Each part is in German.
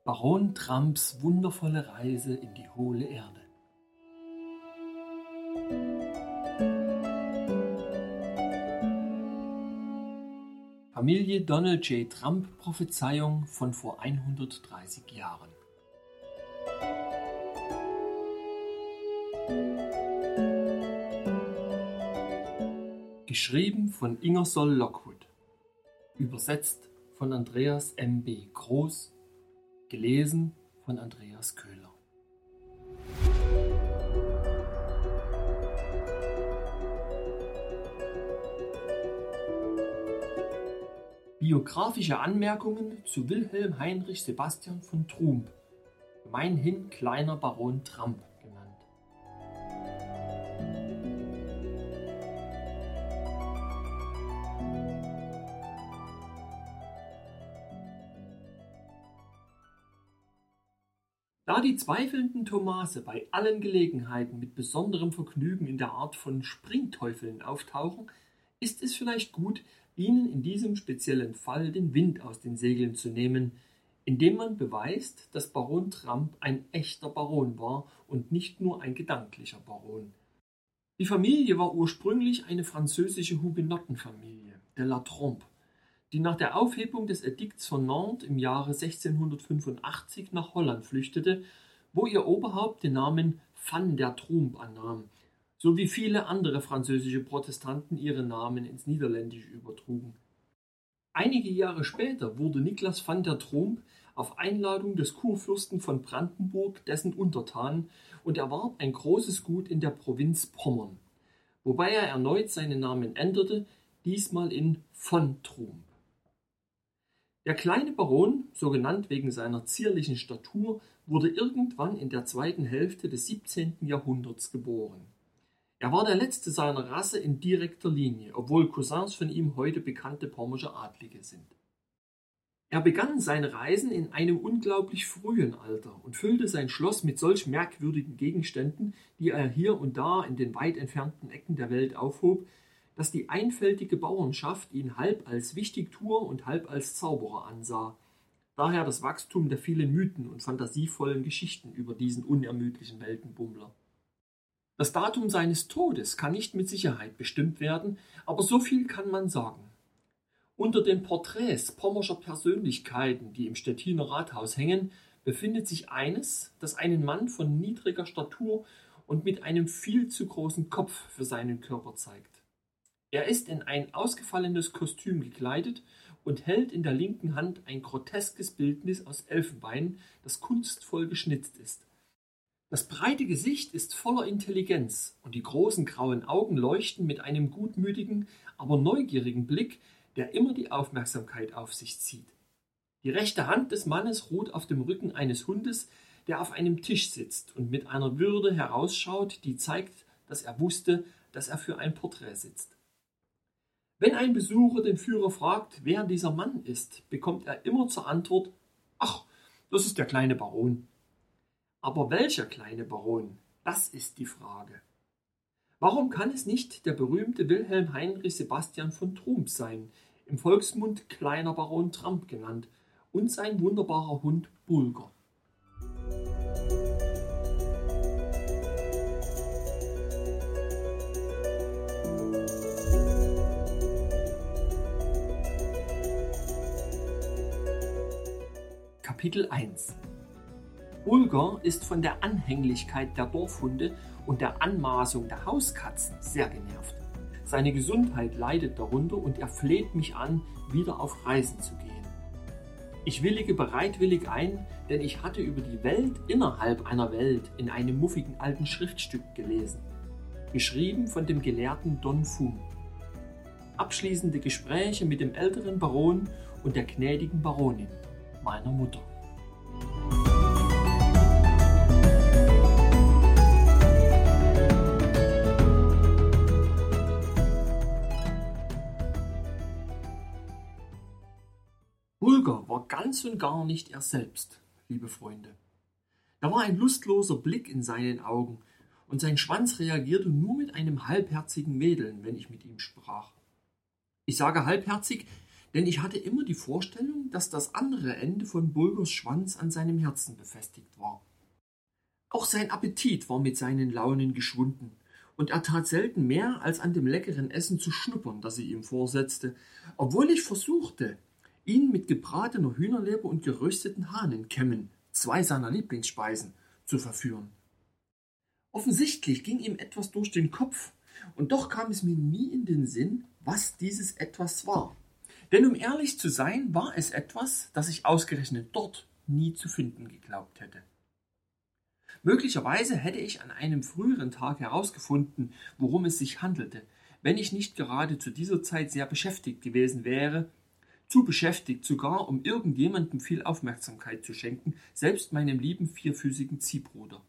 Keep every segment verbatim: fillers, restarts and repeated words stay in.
Baron Tramps wundervolle Reise in die hohle Erde. Familie Donald J. Trump Prophezeiung von vor hundertdreißig Jahren. Geschrieben von Ingersoll Lockwood. Übersetzt von Andreas M. B. Groß. Gelesen von Andreas Köhler. Biografische Anmerkungen zu Wilhelm Heinrich Sebastian von Trump, gemeinhin kleiner Baron Tramp genannt. Da die zweifelnden Tomase bei allen Gelegenheiten mit besonderem Vergnügen in der Art von Springteufeln auftauchen, ist es vielleicht gut, ihnen in diesem speziellen Fall den Wind aus den Segeln zu nehmen, indem man beweist, dass Baron Tramp ein echter Baron war und nicht nur ein gedanklicher Baron. Die Familie war ursprünglich eine französische Hugenottenfamilie, der La Trompe, die nach der Aufhebung des Edikts von Nantes im Jahre sechzehnhundertfünfundachtzig nach Holland flüchtete, wo ihr Oberhaupt den Namen Van der Tromp annahm, so wie viele andere französische Protestanten ihre Namen ins Niederländische übertrugen. Einige Jahre später wurde Niklas van der Tromp auf Einladung des Kurfürsten von Brandenburg dessen Untertan und erwarb ein großes Gut in der Provinz Pommern, wobei er erneut seinen Namen änderte, diesmal in von Tromp. Der kleine Baron, so genannt wegen seiner zierlichen Statur, wurde irgendwann in der zweiten Hälfte des siebzehnten Jahrhunderts geboren. Er war der letzte seiner Rasse in direkter Linie, obwohl Cousins von ihm heute bekannte pommersche Adlige sind. Er begann seine Reisen in einem unglaublich frühen Alter und füllte sein Schloss mit solch merkwürdigen Gegenständen, die er hier und da in den weit entfernten Ecken der Welt aufhob, dass die einfältige Bauernschaft ihn halb als Wichtigtuer und halb als Zauberer ansah. Daher das Wachstum der vielen Mythen und fantasievollen Geschichten über diesen unermüdlichen Weltenbummler. Das Datum seines Todes kann nicht mit Sicherheit bestimmt werden, aber so viel kann man sagen. Unter den Porträts pommerscher Persönlichkeiten, die im Stettiner Rathaus hängen, befindet sich eines, das einen Mann von niedriger Statur und mit einem viel zu großen Kopf für seinen Körper zeigt. Er ist in ein ausgefallenes Kostüm gekleidet und hält in der linken Hand ein groteskes Bildnis aus Elfenbein, das kunstvoll geschnitzt ist. Das breite Gesicht ist voller Intelligenz und die großen grauen Augen leuchten mit einem gutmütigen, aber neugierigen Blick, der immer die Aufmerksamkeit auf sich zieht. Die rechte Hand des Mannes ruht auf dem Rücken eines Hundes, der auf einem Tisch sitzt und mit einer Würde herausschaut, die zeigt, dass er wusste, dass er für ein Porträt sitzt. Wenn ein Besucher den Führer fragt, wer dieser Mann ist, bekommt er immer zur Antwort: »Ach, das ist der kleine Baron.« Aber welcher kleine Baron? Das ist die Frage. Warum kann es nicht der berühmte Wilhelm Heinrich Sebastian von Trump sein, im Volksmund kleiner Baron Tramp genannt, und sein wunderbarer Hund Bulger? Kapitel eins. Bulger ist von der Anhänglichkeit der Dorfhunde und der Anmaßung der Hauskatzen sehr genervt. Seine Gesundheit leidet darunter und er fleht mich an, wieder auf Reisen zu gehen. Ich willige bereitwillig ein, denn ich hatte über die Welt innerhalb einer Welt in einem muffigen alten Schriftstück gelesen, geschrieben von dem Gelehrten Don Fum. Abschließende Gespräche mit dem älteren Baron und der gnädigen Baronin, meiner Mutter. Bulger war ganz und gar nicht er selbst, liebe Freunde. Da war ein lustloser Blick in seinen Augen, und sein Schwanz reagierte nur mit einem halbherzigen Wedeln, wenn ich mit ihm sprach. Ich sage halbherzig, denn ich hatte immer die Vorstellung, dass das andere Ende von Bulgers Schwanz an seinem Herzen befestigt war. Auch sein Appetit war mit seinen Launen geschwunden, und er tat selten mehr, als an dem leckeren Essen zu schnuppern, das sie ihm vorsetzte, obwohl ich versuchte, ihn mit gebratener Hühnerleber und gerösteten Hahnenkämmen, zwei seiner Lieblingsspeisen, zu verführen. Offensichtlich ging ihm etwas durch den Kopf, und doch kam es mir nie in den Sinn, was dieses Etwas war. Denn um ehrlich zu sein, war es etwas, das ich ausgerechnet dort nie zu finden geglaubt hätte. Möglicherweise hätte ich an einem früheren Tag herausgefunden, worum es sich handelte, wenn ich nicht gerade zu dieser Zeit sehr beschäftigt gewesen wäre, zu beschäftigt sogar, um irgendjemandem viel Aufmerksamkeit zu schenken, selbst meinem lieben vierfüßigen Ziehbruder.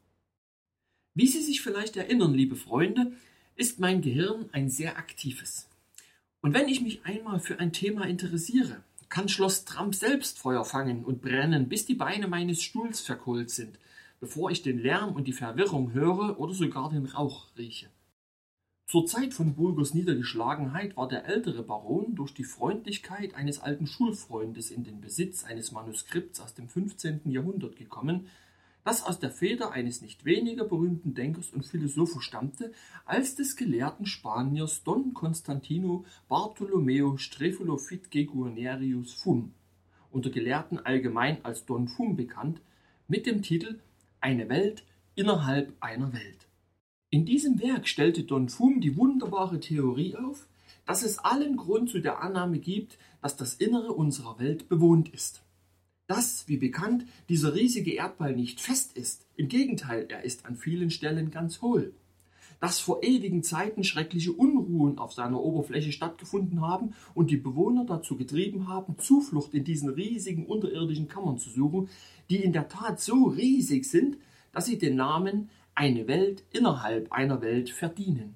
Wie Sie sich vielleicht erinnern, liebe Freunde, ist mein Gehirn ein sehr aktives. Und wenn ich mich einmal für ein Thema interessiere, kann Schloss Tramp selbst Feuer fangen und brennen, bis die Beine meines Stuhls verkohlt sind, bevor ich den Lärm und die Verwirrung höre oder sogar den Rauch rieche. Zur Zeit von Bulgers Niedergeschlagenheit war der ältere Baron durch die Freundlichkeit eines alten Schulfreundes in den Besitz eines Manuskripts aus dem fünfzehnten Jahrhundert gekommen, das aus der Feder eines nicht weniger berühmten Denkers und Philosophen stammte als des gelehrten Spaniers Don Constantino Bartolomeo Sträfolo Fitgeguniarius Fum, unter Gelehrten allgemein als Don Fum bekannt, mit dem Titel »Eine Welt innerhalb einer Welt«. In diesem Werk stellte Don Fum die wunderbare Theorie auf, dass es allen Grund zu der Annahme gibt, dass das Innere unserer Welt bewohnt ist. Dass, wie bekannt, dieser riesige Erdball nicht fest ist, im Gegenteil, er ist an vielen Stellen ganz hohl. Dass vor ewigen Zeiten schreckliche Unruhen auf seiner Oberfläche stattgefunden haben und die Bewohner dazu getrieben haben, Zuflucht in diesen riesigen unterirdischen Kammern zu suchen, die in der Tat so riesig sind, dass sie den Namen »Eine Welt innerhalb einer Welt« verdienen.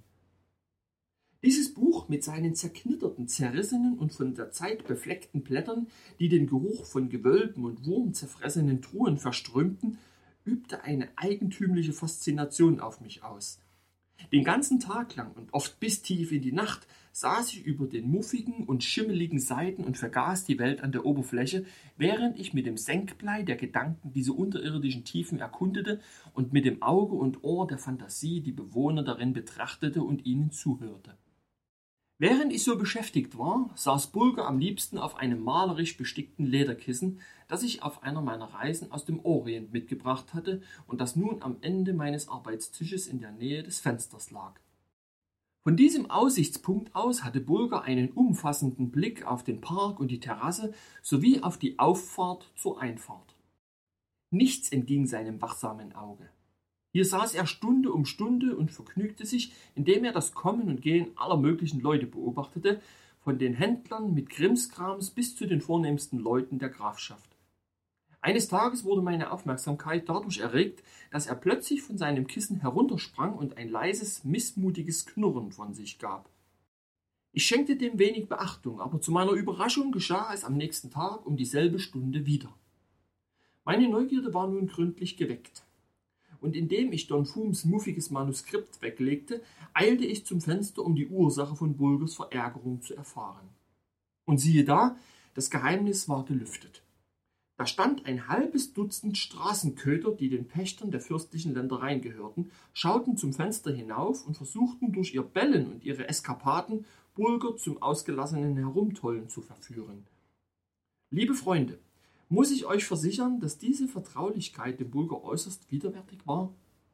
Dieses Buch mit seinen zerknitterten, zerrissenen und von der Zeit befleckten Blättern, die den Geruch von Gewölben und wurmzerfressenen Truhen verströmten, übte eine eigentümliche Faszination auf mich aus. Den ganzen Tag lang und oft bis tief in die Nacht saß ich über den muffigen und schimmeligen Seiten und vergaß die Welt an der Oberfläche, während ich mit dem Senkblei der Gedanken diese unterirdischen Tiefen erkundete und mit dem Auge und Ohr der Fantasie die Bewohner darin betrachtete und ihnen zuhörte. Während ich so beschäftigt war, saß Bulger am liebsten auf einem malerisch bestickten Lederkissen, das ich auf einer meiner Reisen aus dem Orient mitgebracht hatte und das nun am Ende meines Arbeitstisches in der Nähe des Fensters lag. Von diesem Aussichtspunkt aus hatte Bulger einen umfassenden Blick auf den Park und die Terrasse sowie auf die Auffahrt zur Einfahrt. Nichts entging seinem wachsamen Auge. Hier saß er Stunde um Stunde und vergnügte sich, indem er das Kommen und Gehen aller möglichen Leute beobachtete, von den Händlern mit Krimskrams bis zu den vornehmsten Leuten der Grafschaft. Eines Tages wurde meine Aufmerksamkeit dadurch erregt, dass er plötzlich von seinem Kissen heruntersprang und ein leises, missmutiges Knurren von sich gab. Ich schenkte dem wenig Beachtung, aber zu meiner Überraschung geschah es am nächsten Tag um dieselbe Stunde wieder. Meine Neugierde war nun gründlich geweckt. Und indem ich Don Fums muffiges Manuskript weglegte, eilte ich zum Fenster, um die Ursache von Bulgers Verärgerung zu erfahren. Und siehe da, das Geheimnis war gelüftet. Da stand ein halbes Dutzend Straßenköter, die den Pächtern der fürstlichen Ländereien gehörten, schauten zum Fenster hinauf und versuchten durch ihr Bellen und ihre Eskapaden Bulger zum ausgelassenen Herumtollen zu verführen. Liebe Freunde, muss ich euch versichern, dass diese Vertraulichkeit dem Bulger äußerst widerwärtig war?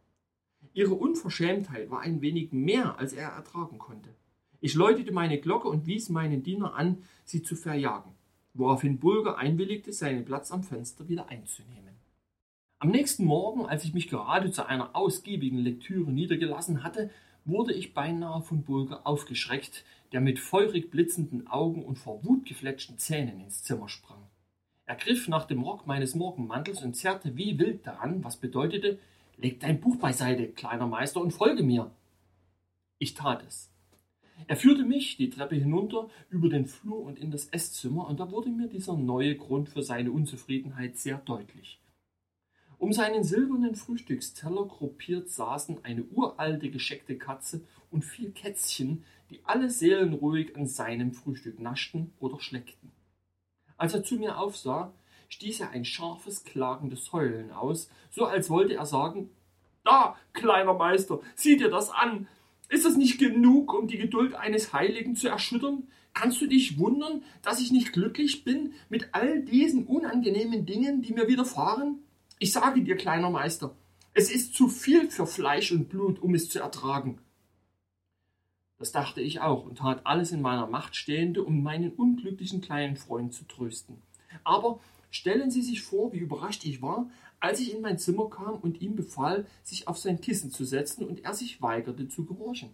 Ihre Unverschämtheit war ein wenig mehr, als er ertragen konnte. Ich läutete meine Glocke und wies meinen Diener an, sie zu verjagen, woraufhin Bulger einwilligte, seinen Platz am Fenster wieder einzunehmen. Am nächsten Morgen, als ich mich gerade zu einer ausgiebigen Lektüre niedergelassen hatte, wurde ich beinahe von Bulger aufgeschreckt, der mit feurig blitzenden Augen und vor Wut gefletschten Zähnen ins Zimmer sprang. Er griff nach dem Rock meines Morgenmantels und zerrte wie wild daran, was bedeutete, »Leg dein Buch beiseite, kleiner Meister, und folge mir!« Ich tat es. Er führte mich die Treppe hinunter, über den Flur und in das Esszimmer, und da wurde mir dieser neue Grund für seine Unzufriedenheit sehr deutlich. Um seinen silbernen Frühstücksteller gruppiert saßen eine uralte, gescheckte Katze und vier Kätzchen, die alle seelenruhig an seinem Frühstück naschten oder schleckten. Als er zu mir aufsah, stieß er ein scharfes, klagendes Heulen aus, so als wollte er sagen: »Da, kleiner Meister, sieh dir das an! Ist das nicht genug, um die Geduld eines Heiligen zu erschüttern? Kannst du dich wundern, dass ich nicht glücklich bin mit all diesen unangenehmen Dingen, die mir widerfahren? Ich sage dir, kleiner Meister, es ist zu viel für Fleisch und Blut, um es zu ertragen.« Das dachte ich auch und tat alles in meiner Macht Stehende, um meinen unglücklichen kleinen Freund zu trösten. Aber stellen Sie sich vor, wie überrascht ich war, als ich in mein Zimmer kam und ihm befahl, sich auf sein Kissen zu setzen, und er sich weigerte zu gehorchen.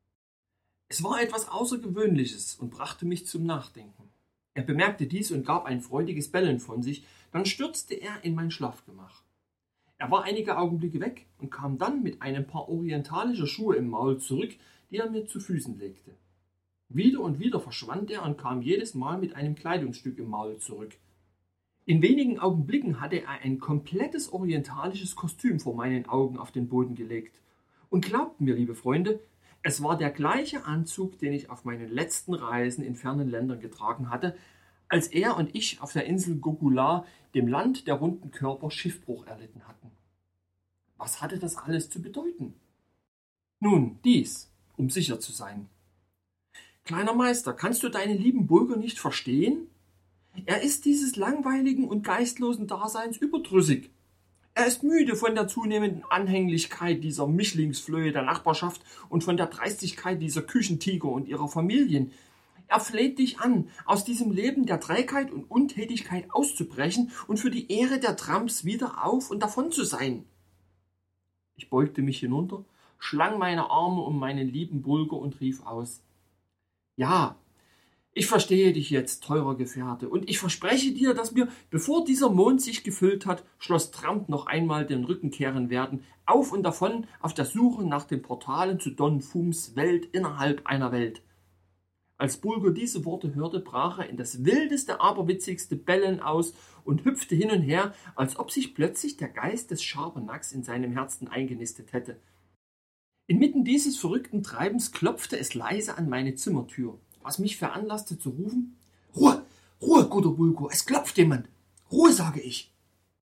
Es war etwas Außergewöhnliches und brachte mich zum Nachdenken. Er bemerkte dies und gab ein freudiges Bellen von sich, dann stürzte er in mein Schlafgemach. Er war einige Augenblicke weg und kam dann mit einem Paar orientalischer Schuhe im Maul zurück, die er mir zu Füßen legte. Wieder und wieder verschwand er und kam jedes Mal mit einem Kleidungsstück im Maul zurück. In wenigen Augenblicken hatte er ein komplettes orientalisches Kostüm vor meinen Augen auf den Boden gelegt. Und glaubt mir, liebe Freunde, es war der gleiche Anzug, den ich auf meinen letzten Reisen in fernen Ländern getragen hatte, als er und ich auf der Insel Gokula, dem Land der runden Körper, Schiffbruch erlitten hatten. Was hatte das alles zu bedeuten? Nun, dies, um sicher zu sein. Kleiner Meister, kannst du deinen lieben Bulger nicht verstehen? Er ist dieses langweiligen und geistlosen Daseins überdrüssig. Er ist müde von der zunehmenden Anhänglichkeit dieser Mischlingsflöhe der Nachbarschaft und von der Dreistigkeit dieser Küchentiger und ihrer Familien. Er fleht dich an, aus diesem Leben der Trägheit und Untätigkeit auszubrechen und für die Ehre der Trumps wieder auf und davon zu sein. Ich beugte mich hinunter, schlang meine Arme um meinen lieben Bulger und rief aus: »Ja, ich verstehe dich jetzt, teurer Gefährte, und ich verspreche dir, dass wir, bevor dieser Mond sich gefüllt hat, Schloss Trump noch einmal den Rücken kehren werden, auf und davon auf der Suche nach den Portalen zu Don Fums Welt innerhalb einer Welt.« Als Bulger diese Worte hörte, brach er in das wildeste, aberwitzigste Bellen aus und hüpfte hin und her, als ob sich plötzlich der Geist des Schabernacks in seinem Herzen eingenistet hätte. Inmitten dieses verrückten Treibens klopfte es leise an meine Zimmertür, was mich veranlasste zu rufen: »Ruhe, Ruhe, guter Bulger, es klopft jemand! Ruhe, sage ich!«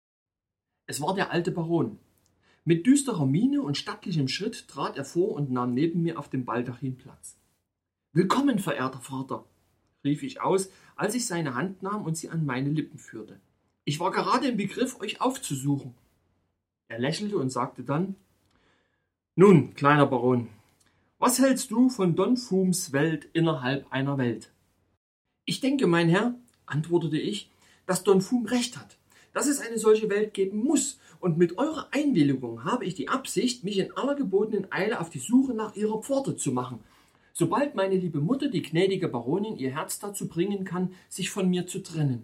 Es war der alte Baron. Mit düsterer Miene und stattlichem Schritt trat er vor und nahm neben mir auf dem Baldachin Platz. »Willkommen, verehrter Vater«, rief ich aus, als ich seine Hand nahm und sie an meine Lippen führte. »Ich war gerade im Begriff, euch aufzusuchen.« Er lächelte und sagte dann: »Nun, kleiner Baron, was hältst du von Don Fums Welt innerhalb einer Welt?« »Ich denke, mein Herr«, antwortete ich, »dass Don Fum recht hat, dass es eine solche Welt geben muss, und mit eurer Einwilligung habe ich die Absicht, mich in aller gebotenen Eile auf die Suche nach ihrer Pforte zu machen, sobald meine liebe Mutter, die gnädige Baronin, ihr Herz dazu bringen kann, sich von mir zu trennen.«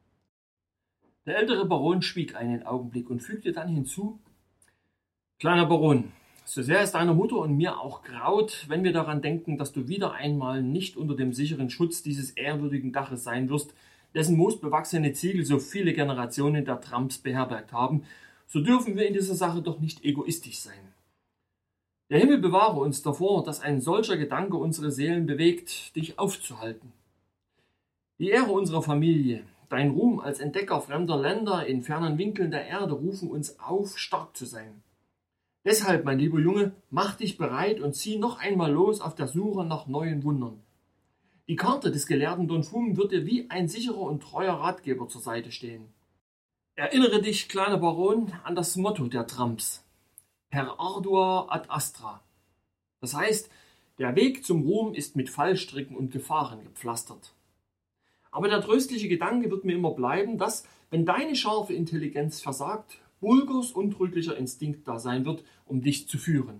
Der ältere Baron schwieg einen Augenblick und fügte dann hinzu: »Kleiner Baron, so sehr es deiner Mutter und mir auch graut, wenn wir daran denken, dass du wieder einmal nicht unter dem sicheren Schutz dieses ehrwürdigen Daches sein wirst, dessen moosbewachsene Ziegel so viele Generationen der Trumps beherbergt haben, so dürfen wir in dieser Sache doch nicht egoistisch sein. Der Himmel bewahre uns davor, dass ein solcher Gedanke unsere Seelen bewegt, dich aufzuhalten. Die Ehre unserer Familie, dein Ruhm als Entdecker fremder Länder in fernen Winkeln der Erde rufen uns auf, stark zu sein. Deshalb, mein lieber Junge, mach dich bereit und zieh noch einmal los auf der Suche nach neuen Wundern. Die Karte des gelehrten Don Fum wird dir wie ein sicherer und treuer Ratgeber zur Seite stehen. Erinnere dich, kleiner Baron, an das Motto der Trumps: Per ardua ad astra. Das heißt, der Weg zum Ruhm ist mit Fallstricken und Gefahren gepflastert. Aber der tröstliche Gedanke wird mir immer bleiben, dass, wenn deine scharfe Intelligenz versagt, Bulgers untrüglicher Instinkt da sein wird, um dich zu führen.«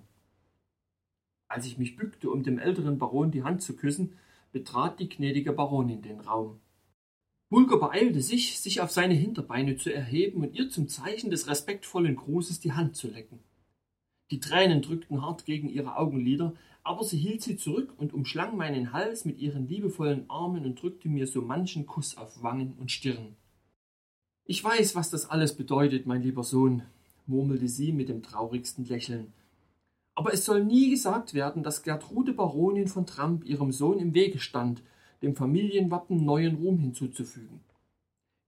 Als ich mich bückte, um dem älteren Baron die Hand zu küssen, betrat die gnädige Baronin den Raum. Bulger beeilte sich, sich auf seine Hinterbeine zu erheben und ihr zum Zeichen des respektvollen Grußes die Hand zu lecken. Die Tränen drückten hart gegen ihre Augenlider, aber sie hielt sie zurück und umschlang meinen Hals mit ihren liebevollen Armen und drückte mir so manchen Kuss auf Wangen und Stirn. »Ich weiß, was das alles bedeutet, mein lieber Sohn«, murmelte sie mit dem traurigsten Lächeln. »Aber es soll nie gesagt werden, dass Gertrude Baronin von Trump ihrem Sohn im Wege stand, dem Familienwappen neuen Ruhm hinzuzufügen.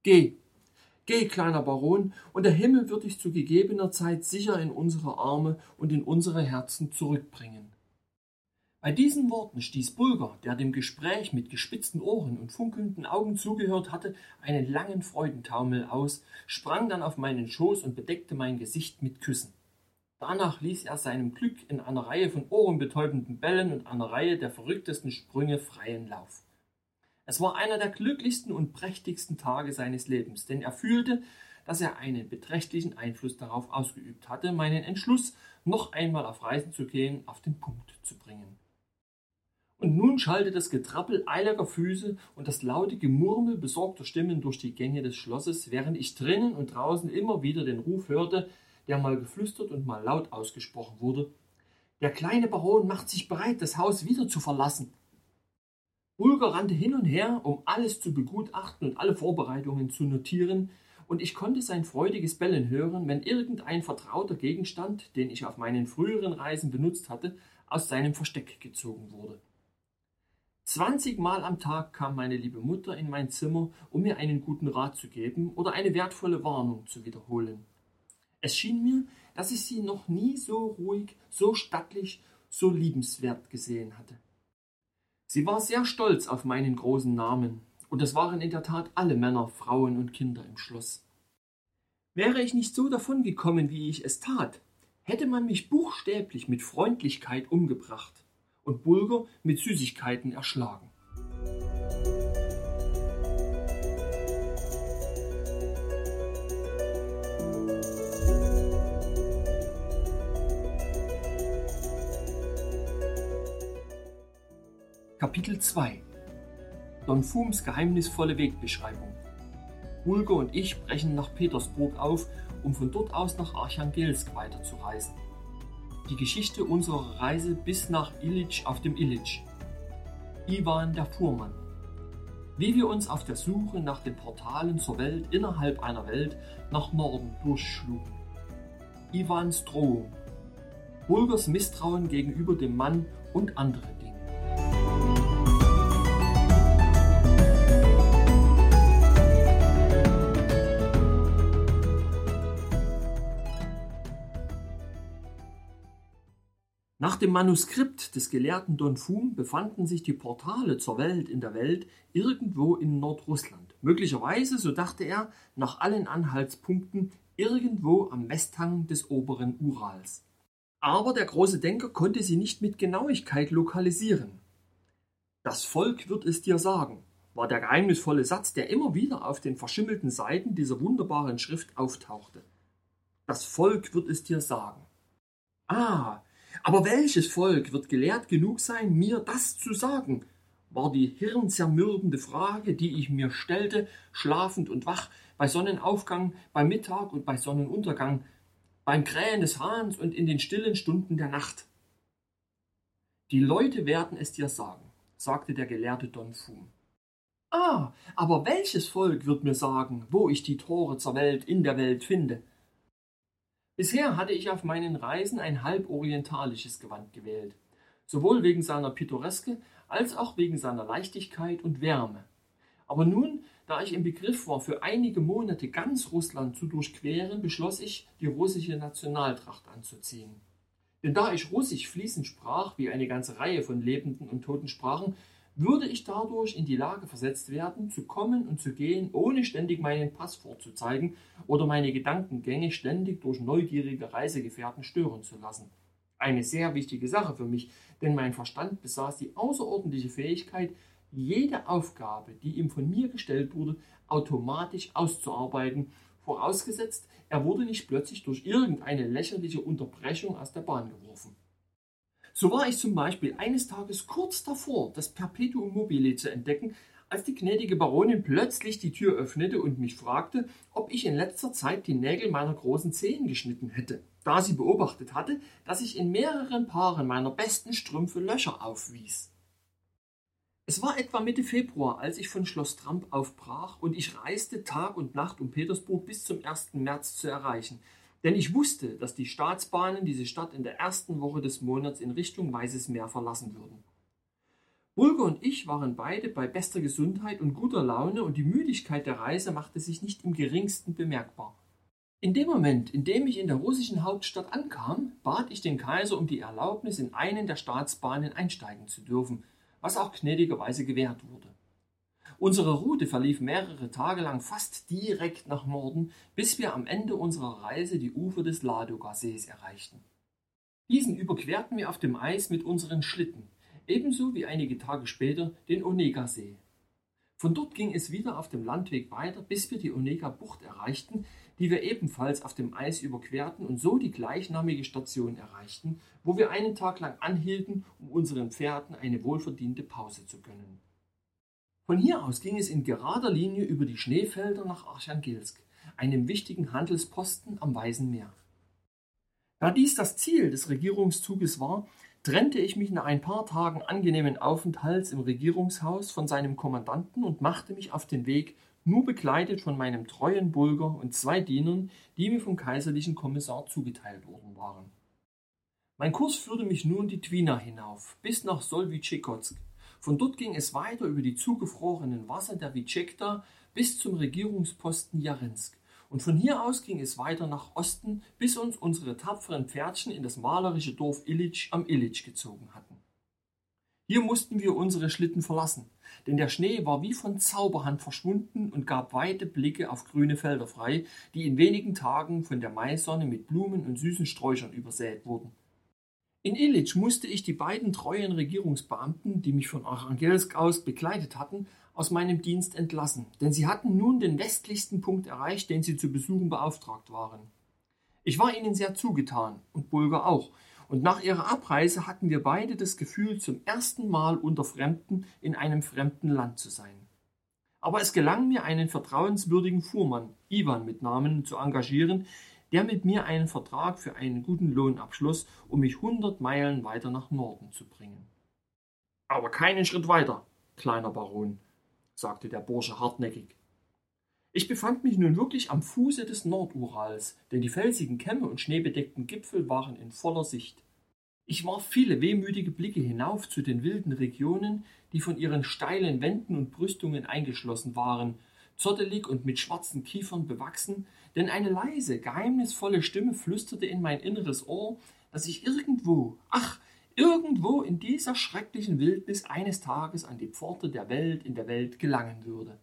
Geh, geh, kleiner Baron, und der Himmel wird dich zu gegebener Zeit sicher in unsere Arme und in unsere Herzen zurückbringen. Bei diesen Worten stieß Bulger, der dem Gespräch mit gespitzten Ohren und funkelnden Augen zugehört hatte, einen langen Freudentaumel aus, sprang dann auf meinen Schoß und bedeckte mein Gesicht mit Küssen. Danach ließ er seinem Glück in einer Reihe von ohrenbetäubenden Bällen und einer Reihe der verrücktesten Sprünge freien Lauf. Es war einer der glücklichsten und prächtigsten Tage seines Lebens, denn er fühlte, dass er einen beträchtlichen Einfluss darauf ausgeübt hatte, meinen Entschluss, noch einmal auf Reisen zu gehen, auf den Punkt zu bringen. Und nun schallte das Getrappel eiliger Füße und das laute Gemurmel besorgter Stimmen durch die Gänge des Schlosses, während ich drinnen und draußen immer wieder den Ruf hörte, der mal geflüstert und mal laut ausgesprochen wurde: Der kleine Baron macht sich bereit, das Haus wieder zu verlassen. Bulger rannte hin und her, um alles zu begutachten und alle Vorbereitungen zu notieren, und ich konnte sein freudiges Bellen hören, wenn irgendein vertrauter Gegenstand, den ich auf meinen früheren Reisen benutzt hatte, aus seinem Versteck gezogen wurde. Zwanzigmal am Tag kam meine liebe Mutter in mein Zimmer, um mir einen guten Rat zu geben oder eine wertvolle Warnung zu wiederholen. Es schien mir, dass ich sie noch nie so ruhig, so stattlich, so liebenswert gesehen hatte. Sie war sehr stolz auf meinen großen Namen, und es waren in der Tat alle Männer, Frauen und Kinder im Schloss. Wäre ich nicht so davongekommen, wie ich es tat, hätte man mich buchstäblich mit Freundlichkeit umgebracht und Bulger mit Süßigkeiten erschlagen. Kapitel zwei. Don Fums geheimnisvolle Wegbeschreibung. Bulger und ich brechen nach Petersburg auf, um von dort aus nach Archangelsk weiterzureisen. Die Geschichte unserer Reise bis nach Ilitsch auf dem Ilitsch. Iwan der Fuhrmann. Wie wir uns auf der Suche nach den Portalen zur Welt innerhalb einer Welt nach Norden durchschlugen. Iwans Drohung. Bulgers Misstrauen gegenüber dem Mann und andere Dinge. Nach dem Manuskript des Gelehrten Don Fum befanden sich die Portale zur Welt in der Welt irgendwo in Nordrussland. Möglicherweise, so dachte er, nach allen Anhaltspunkten irgendwo am Westhang des oberen Urals. Aber der große Denker konnte sie nicht mit Genauigkeit lokalisieren. Das Volk wird es dir sagen, war der geheimnisvolle Satz, der immer wieder auf den verschimmelten Seiten dieser wunderbaren Schrift auftauchte. Das Volk wird es dir sagen. Ah, aber welches Volk wird gelehrt genug sein, mir das zu sagen, war die hirnzermürbende Frage, die ich mir stellte, schlafend und wach, bei Sonnenaufgang, bei Mittag und bei Sonnenuntergang, beim Krähen des Hahns und in den stillen Stunden der Nacht. Die Leute werden es dir sagen, sagte der gelehrte Don Fum. Ah, aber welches Volk wird mir sagen, wo ich die Tore zur Welt in der Welt finde? Bisher hatte ich auf meinen Reisen ein halb orientalisches Gewand gewählt, sowohl wegen seiner Pittoreske als auch wegen seiner Leichtigkeit und Wärme. Aber nun, da ich im Begriff war, für einige Monate ganz Russland zu durchqueren, beschloss ich, die russische Nationaltracht anzuziehen. Denn da ich Russisch fließend sprach, wie eine ganze Reihe von lebenden und toten Sprachen, würde ich dadurch in die Lage versetzt werden, zu kommen und zu gehen, ohne ständig meinen Pass vorzuzeigen oder meine Gedankengänge ständig durch neugierige Reisegefährten stören zu lassen. Eine sehr wichtige Sache für mich, denn mein Verstand besaß die außerordentliche Fähigkeit, jede Aufgabe, die ihm von mir gestellt wurde, automatisch auszuarbeiten, vorausgesetzt, er wurde nicht plötzlich durch irgendeine lächerliche Unterbrechung aus der Bahn geworfen. So war ich zum Beispiel eines Tages kurz davor, das Perpetuum mobile zu entdecken, als die gnädige Baronin plötzlich die Tür öffnete und mich fragte, ob ich in letzter Zeit die Nägel meiner großen Zehen geschnitten hätte, da sie beobachtet hatte, dass ich in mehreren Paaren meiner besten Strümpfe Löcher aufwies. Es war etwa Mitte Februar, als ich von Schloss Tramp aufbrach, und ich reiste Tag und Nacht, um Petersburg bis zum ersten März zu erreichen. Denn ich wusste, dass die Staatsbahnen diese Stadt in der ersten Woche des Monats in Richtung Weißes Meer verlassen würden. Bulger und ich waren beide bei bester Gesundheit und guter Laune und die Müdigkeit der Reise machte sich nicht im geringsten bemerkbar. In dem Moment, in dem ich in der russischen Hauptstadt ankam, bat ich den Kaiser um die Erlaubnis, in einen der Staatsbahnen einsteigen zu dürfen, was auch gnädigerweise gewährt wurde. Unsere Route verlief mehrere Tage lang fast direkt nach Norden, bis wir am Ende unserer Reise die Ufer des Ladoga-Sees erreichten. Diesen überquerten wir auf dem Eis mit unseren Schlitten, ebenso wie einige Tage später den Onega-See. Von dort ging es wieder auf dem Landweg weiter, bis wir die Onega-Bucht erreichten, die wir ebenfalls auf dem Eis überquerten und so die gleichnamige Station erreichten, wo wir einen Tag lang anhielten, um unseren Pferden eine wohlverdiente Pause zu gönnen. Von hier aus ging es in gerader Linie über die Schneefelder nach Archangelsk, einem wichtigen Handelsposten am Weißen Meer. Da dies das Ziel des Regierungszuges war, trennte ich mich nach ein paar Tagen angenehmen Aufenthalts im Regierungshaus von seinem Kommandanten und machte mich auf den Weg, nur begleitet von meinem treuen Bulgar und zwei Dienern, die mir vom kaiserlichen Kommissar zugeteilt worden waren. Mein Kurs führte mich nun die Dwina hinauf, bis nach Solwytschekotsk. Von dort ging es weiter über die zugefrorenen Wasser der Witschekta bis zum Regierungsposten Jarensk. Und von hier aus ging es weiter nach Osten, bis uns unsere tapferen Pferdchen in das malerische Dorf Ilitsch am Ilitsch gezogen hatten. Hier mussten wir unsere Schlitten verlassen, denn der Schnee war wie von Zauberhand verschwunden und gab weite Blicke auf grüne Felder frei, die in wenigen Tagen von der Maisonne mit Blumen und süßen Sträuchern übersät wurden. In Ilitsch musste ich die beiden treuen Regierungsbeamten, die mich von Archangelsk aus begleitet hatten, aus meinem Dienst entlassen, denn sie hatten nun den westlichsten Punkt erreicht, den sie zu besuchen beauftragt waren. Ich war ihnen sehr zugetan und Bulgar auch, und nach ihrer Abreise hatten wir beide das Gefühl, zum ersten Mal unter Fremden in einem fremden Land zu sein. Aber es gelang mir, einen vertrauenswürdigen Fuhrmann, Iwan mit Namen, zu engagieren, der mit mir einen Vertrag für einen guten Lohn abschloss, um mich hundert Meilen weiter nach Norden zu bringen. »Aber keinen Schritt weiter, kleiner Baron«, sagte der Bursche hartnäckig. Ich befand mich nun wirklich am Fuße des Nordurals, denn die felsigen Kämme und schneebedeckten Gipfel waren in voller Sicht. Ich warf viele wehmütige Blicke hinauf zu den wilden Regionen, die von ihren steilen Wänden und Brüstungen eingeschlossen waren, zottelig und mit schwarzen Kiefern bewachsen, denn eine leise, geheimnisvolle Stimme flüsterte in mein inneres Ohr, dass ich irgendwo, ach, irgendwo in dieser schrecklichen Wildnis eines Tages an die Pforte der Welt in der Welt gelangen würde.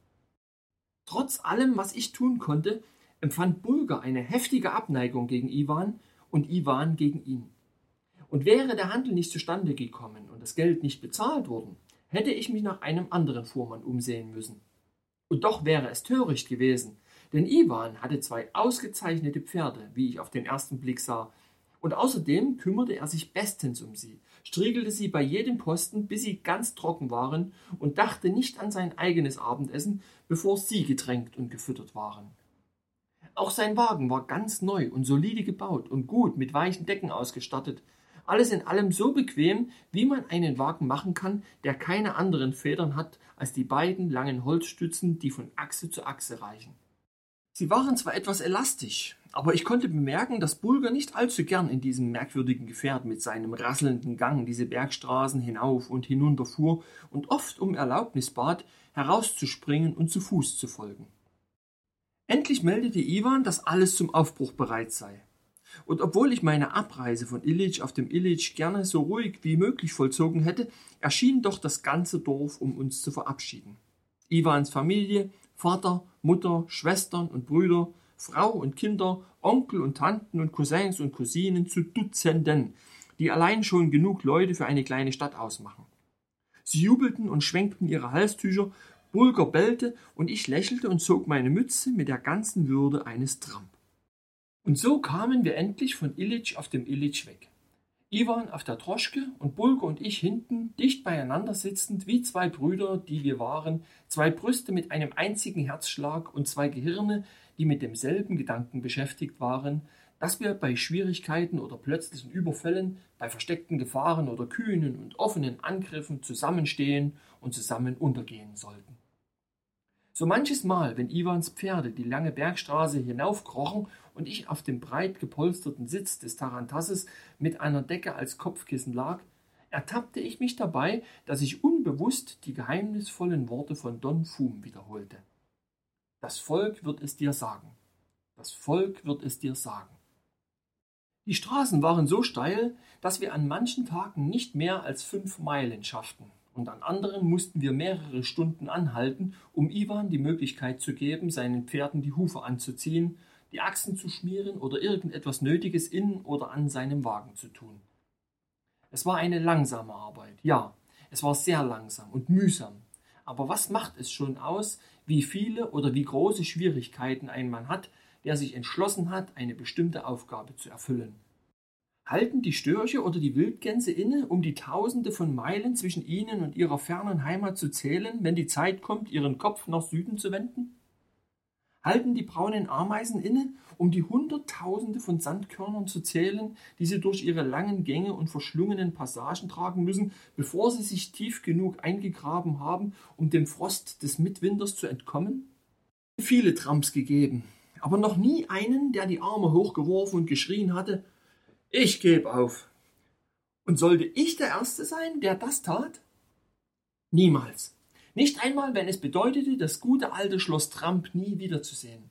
Trotz allem, was ich tun konnte, empfand Bulgar eine heftige Abneigung gegen Iwan und Iwan gegen ihn. Und wäre der Handel nicht zustande gekommen und das Geld nicht bezahlt worden, hätte ich mich nach einem anderen Fuhrmann umsehen müssen. Und doch wäre es töricht gewesen, denn Iwan hatte zwei ausgezeichnete Pferde, wie ich auf den ersten Blick sah, und außerdem kümmerte er sich bestens um sie, striegelte sie bei jedem Posten, bis sie ganz trocken waren, und dachte nicht an sein eigenes Abendessen, bevor sie getränkt und gefüttert waren. Auch sein Wagen war ganz neu und solide gebaut und gut mit weichen Decken ausgestattet, alles in allem so bequem, wie man einen Wagen machen kann, der keine anderen Federn hat als die beiden langen Holzstützen, die von Achse zu Achse reichen. Sie waren zwar etwas elastisch, aber ich konnte bemerken, dass Bulgar nicht allzu gern in diesem merkwürdigen Gefährt mit seinem rasselnden Gang diese Bergstraßen hinauf und hinunter fuhr und oft um Erlaubnis bat, herauszuspringen und zu Fuß zu folgen. Endlich meldete Iwan, dass alles zum Aufbruch bereit sei. Und obwohl ich meine Abreise von Ilitsch auf dem Ilitsch gerne so ruhig wie möglich vollzogen hätte, erschien doch das ganze Dorf, um uns zu verabschieden. Iwans Familie, Vater, Mutter, Schwestern und Brüder, Frau und Kinder, Onkel und Tanten und Cousins und Cousinen zu Dutzenden, die allein schon genug Leute für eine kleine Stadt ausmachen. Sie jubelten und schwenkten ihre Halstücher, Bulgar bellte und ich lächelte und zog meine Mütze mit der ganzen Würde eines Tramp. Und so kamen wir endlich von Ilitsch auf dem Ilitsch weg. Iwan auf der Droschke und Bulgar und ich hinten, dicht beieinander sitzend, wie zwei Brüder, die wir waren, zwei Brüste mit einem einzigen Herzschlag und zwei Gehirne, die mit demselben Gedanken beschäftigt waren, dass wir bei Schwierigkeiten oder plötzlichen Überfällen, bei versteckten Gefahren oder kühnen und offenen Angriffen zusammenstehen und zusammen untergehen sollten. So manches Mal, wenn Iwans Pferde die lange Bergstraße hinaufkrochen und ich auf dem breit gepolsterten Sitz des Tarantasses mit einer Decke als Kopfkissen lag, ertappte ich mich dabei, dass ich unbewusst die geheimnisvollen Worte von Don Fum wiederholte. Das Volk wird es dir sagen. Das Volk wird es dir sagen. Die Straßen waren so steil, dass wir an manchen Tagen nicht mehr als fünf Meilen schafften, und an anderen mussten wir mehrere Stunden anhalten, um Iwan die Möglichkeit zu geben, seinen Pferden die Hufe anzuziehen, die Achsen zu schmieren oder irgendetwas Nötiges in oder an seinem Wagen zu tun. Es war eine langsame Arbeit, ja, es war sehr langsam und mühsam. Aber was macht es schon aus, wie viele oder wie große Schwierigkeiten ein Mann hat, der sich entschlossen hat, eine bestimmte Aufgabe zu erfüllen? Halten die Störche oder die Wildgänse inne, um die Tausende von Meilen zwischen ihnen und ihrer fernen Heimat zu zählen, wenn die Zeit kommt, ihren Kopf nach Süden zu wenden? Halten die braunen Ameisen inne, um die Hunderttausende von Sandkörnern zu zählen, die sie durch ihre langen Gänge und verschlungenen Passagen tragen müssen, bevor sie sich tief genug eingegraben haben, um dem Frost des Mitwinters zu entkommen? Viele Tramps gegeben, aber noch nie einen, der die Arme hochgeworfen und geschrien hatte: Ich gebe auf. Und sollte ich der Erste sein, der das tat? Niemals. Nicht einmal, wenn es bedeutete, das gute alte Schloss Tramp nie wiederzusehen.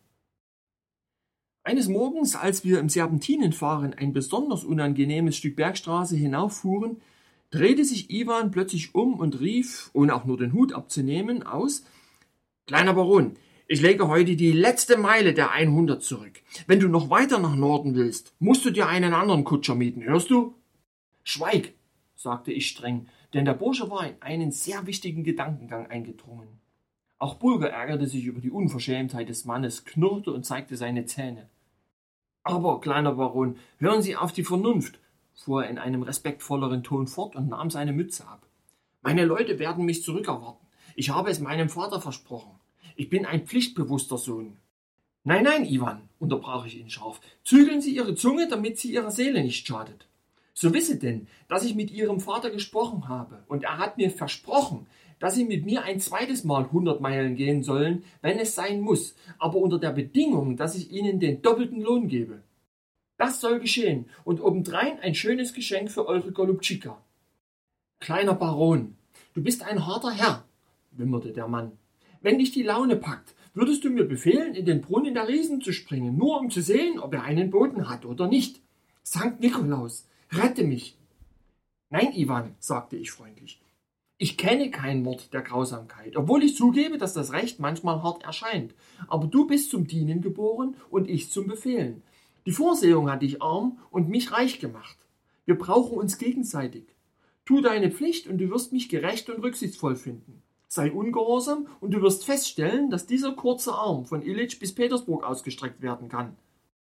Eines Morgens, als wir im Serpentinenfahren ein besonders unangenehmes Stück Bergstraße hinauffuhren, drehte sich Iwan plötzlich um und rief, ohne auch nur den Hut abzunehmen, aus: Kleiner Baron, ich lege heute die letzte Meile der hundert zurück. Wenn du noch weiter nach Norden willst, musst du dir einen anderen Kutscher mieten, hörst du? Schweig, sagte ich streng, denn der Bursche war in einen sehr wichtigen Gedankengang eingedrungen. Auch Bulger ärgerte sich über die Unverschämtheit des Mannes, knurrte und zeigte seine Zähne. Aber, kleiner Baron, hören Sie auf die Vernunft, fuhr er in einem respektvolleren Ton fort und nahm seine Mütze ab. Meine Leute werden mich zurückerwarten. Ich habe es meinem Vater versprochen. Ich bin ein pflichtbewusster Sohn. Nein, nein, Iwan, unterbrach ich ihn scharf. Zügeln Sie Ihre Zunge, damit sie Ihrer Seele nicht schadet. So wisse denn, dass ich mit Ihrem Vater gesprochen habe, und er hat mir versprochen, dass Sie mit mir ein zweites Mal hundert Meilen gehen sollen, wenn es sein muss, aber unter der Bedingung, dass ich Ihnen den doppelten Lohn gebe. Das soll geschehen, und obendrein ein schönes Geschenk für eure Golubtschika. Kleiner Baron, du bist ein harter Herr, wimmerte der Mann. Wenn dich die Laune packt, würdest du mir befehlen, in den Brunnen der Riesen zu springen, nur um zu sehen, ob er einen Boden hat oder nicht. Sankt Nikolaus, rette mich! Nein, Iwan, sagte ich freundlich. Ich kenne kein Wort der Grausamkeit, obwohl ich zugebe, dass das Recht manchmal hart erscheint. Aber du bist zum Dienen geboren und ich zum Befehlen. Die Vorsehung hat dich arm und mich reich gemacht. Wir brauchen uns gegenseitig. Tu deine Pflicht und du wirst mich gerecht und rücksichtsvoll finden. Sei ungehorsam und du wirst feststellen, dass dieser kurze Arm von Ilitsch bis Petersburg ausgestreckt werden kann.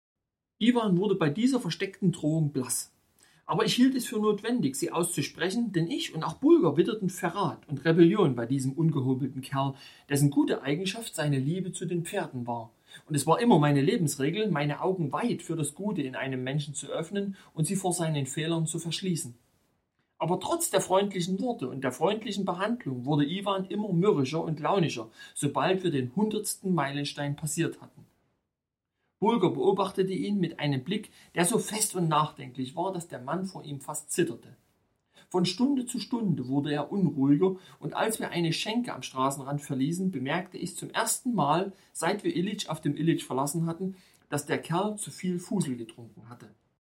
Iwan wurde bei dieser versteckten Drohung blass. Aber ich hielt es für notwendig, sie auszusprechen, denn ich und auch Bulger witterten Verrat und Rebellion bei diesem ungehobelten Kerl, dessen gute Eigenschaft seine Liebe zu den Pferden war. Und es war immer meine Lebensregel, meine Augen weit für das Gute in einem Menschen zu öffnen und sie vor seinen Fehlern zu verschließen. Aber trotz der freundlichen Worte und der freundlichen Behandlung wurde Iwan immer mürrischer und launischer, sobald wir den hundertsten Meilenstein passiert hatten. Bulger beobachtete ihn mit einem Blick, der so fest und nachdenklich war, dass der Mann vor ihm fast zitterte. Von Stunde zu Stunde wurde er unruhiger, und als wir eine Schenke am Straßenrand verließen, bemerkte ich zum ersten Mal, seit wir Ilitsch auf dem Ilitsch verlassen hatten, dass der Kerl zu viel Fusel getrunken hatte.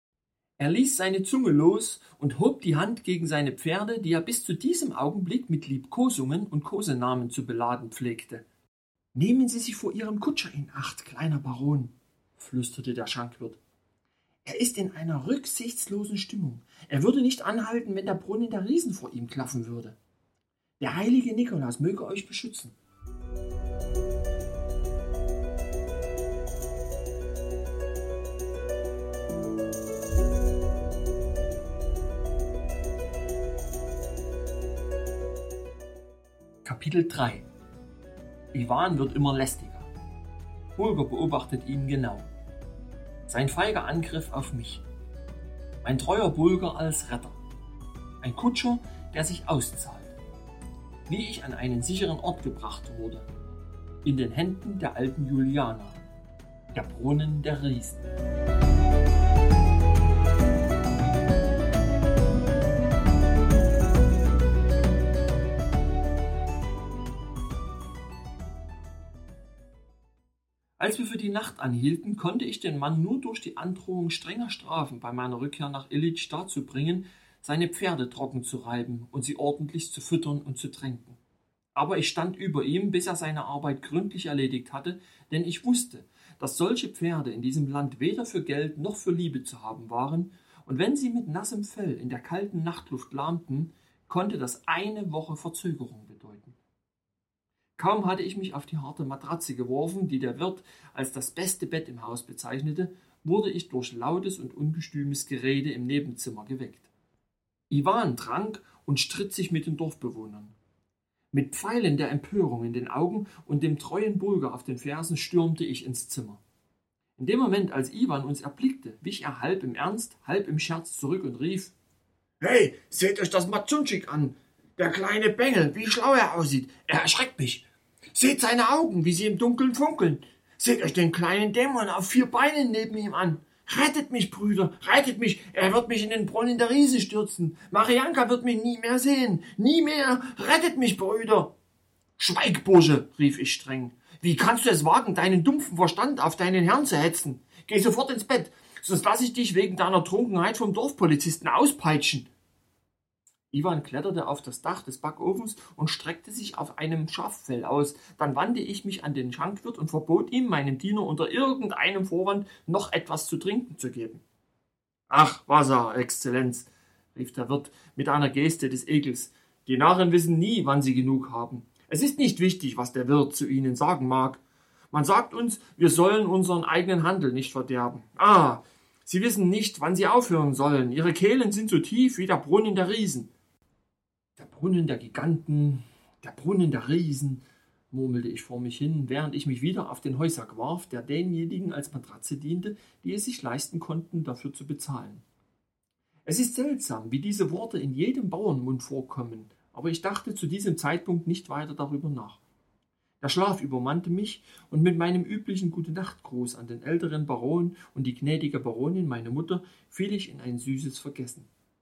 Er ließ seine Zunge los und hob die Hand gegen seine Pferde, die er bis zu diesem Augenblick mit Liebkosungen und Kosenamen zu beladen pflegte. »Nehmen Sie sich vor Ihrem Kutscher in Acht, kleiner Baron«, flüsterte der Schankwirt. »Er ist in einer rücksichtslosen Stimmung. Er würde nicht anhalten, wenn der Brunnen der Riesen vor ihm klaffen würde. Der heilige Nikolaus möge euch beschützen.« Kapitel drei. Iwan wird immer lästiger. Bulger beobachtet ihn genau. Sein feiger Angriff auf mich. Mein treuer Bulger als Retter. Ein Kutscher, der sich auszahlt. Wie ich an einen sicheren Ort gebracht wurde. In den Händen der alten Juliana. Der Brunnen der Riesen. Als wir für die Nacht anhielten, konnte ich den Mann nur durch die Androhung strenger Strafen bei meiner Rückkehr nach Illich dazu bringen, seine Pferde trocken zu reiben und sie ordentlich zu füttern und zu tränken. Aber ich stand über ihm, bis er seine Arbeit gründlich erledigt hatte, denn ich wusste, dass solche Pferde in diesem Land weder für Geld noch für Liebe zu haben waren, und wenn sie mit nassem Fell in der kalten Nachtluft lahmten, konnte das eine Woche Verzögerung bedeuten. Kaum hatte ich mich auf die harte Matratze geworfen, die der Wirt als das beste Bett im Haus bezeichnete, wurde ich durch lautes und ungestümes Gerede im Nebenzimmer geweckt. Iwan trank und stritt sich mit den Dorfbewohnern. Mit Pfeilen der Empörung in den Augen und dem treuen Bulgar auf den Fersen stürmte ich ins Zimmer. In dem Moment, als Iwan uns erblickte, wich er halb im Ernst, halb im Scherz zurück und rief: »Hey, seht euch das Matschunschik an! Der kleine Bengel, wie schlau er aussieht! Er erschreckt mich! Seht seine Augen, wie sie im Dunkeln funkeln! Seht euch den kleinen Dämon auf vier Beinen neben ihm an! Rettet mich, Brüder, rettet mich! Er wird mich in den Brunnen der Riese stürzen! Marianka wird mich nie mehr sehen! Nie mehr! Rettet mich, Brüder!« »Schweig, Bursche«, rief ich streng. »Wie kannst du es wagen, deinen dumpfen Verstand auf deinen Herrn zu hetzen? Geh sofort ins Bett, sonst lasse ich dich wegen deiner Trunkenheit vom Dorfpolizisten auspeitschen.« Iwan kletterte auf das Dach des Backofens und streckte sich auf einem Schaffell aus. Dann wandte ich mich an den Schankwirt und verbot ihm, meinem Diener unter irgendeinem Vorwand noch etwas zu trinken zu geben. »Ach, Wasser, Exzellenz«, rief der Wirt mit einer Geste des Ekels. »Die Narren wissen nie, wann sie genug haben. Es ist nicht wichtig, was der Wirt zu ihnen sagen mag. Man sagt uns, wir sollen unseren eigenen Handel nicht verderben. Ah, sie wissen nicht, wann sie aufhören sollen. Ihre Kehlen sind so tief wie der Brunnen der Riesen.« »Der Brunnen der Giganten, der Brunnen der Riesen«, murmelte ich vor mich hin, während ich mich wieder auf den Heusack warf, der denjenigen als Matratze diente, die es sich leisten konnten, dafür zu bezahlen. Es ist seltsam, wie diese Worte in jedem Bauernmund vorkommen, aber ich dachte zu diesem Zeitpunkt nicht weiter darüber nach. Der Schlaf übermannte mich, und mit meinem üblichen Gute-Nacht-Gruß an den älteren Baron und die gnädige Baronin, meine Mutter, fiel ich in ein süßes Vergessen.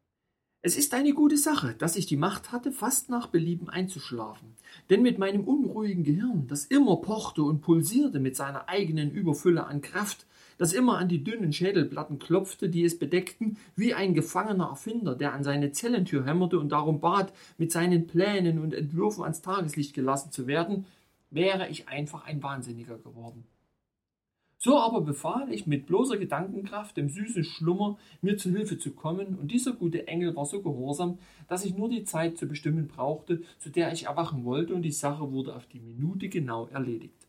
Es ist eine gute Sache, dass ich die Macht hatte, fast nach Belieben einzuschlafen, denn mit meinem unruhigen Gehirn, das immer pochte und pulsierte mit seiner eigenen Überfülle an Kraft, das immer an die dünnen Schädelplatten klopfte, die es bedeckten, wie ein gefangener Erfinder, der an seine Zellentür hämmerte und darum bat, mit seinen Plänen und Entwürfen ans Tageslicht gelassen zu werden, wäre ich einfach ein Wahnsinniger geworden. So aber befahl ich mit bloßer Gedankenkraft dem süßen Schlummer, mir zu Hilfe zu kommen, und dieser gute Engel war so gehorsam, dass ich nur die Zeit zu bestimmen brauchte, zu der ich erwachen wollte, und die Sache wurde auf die Minute genau erledigt.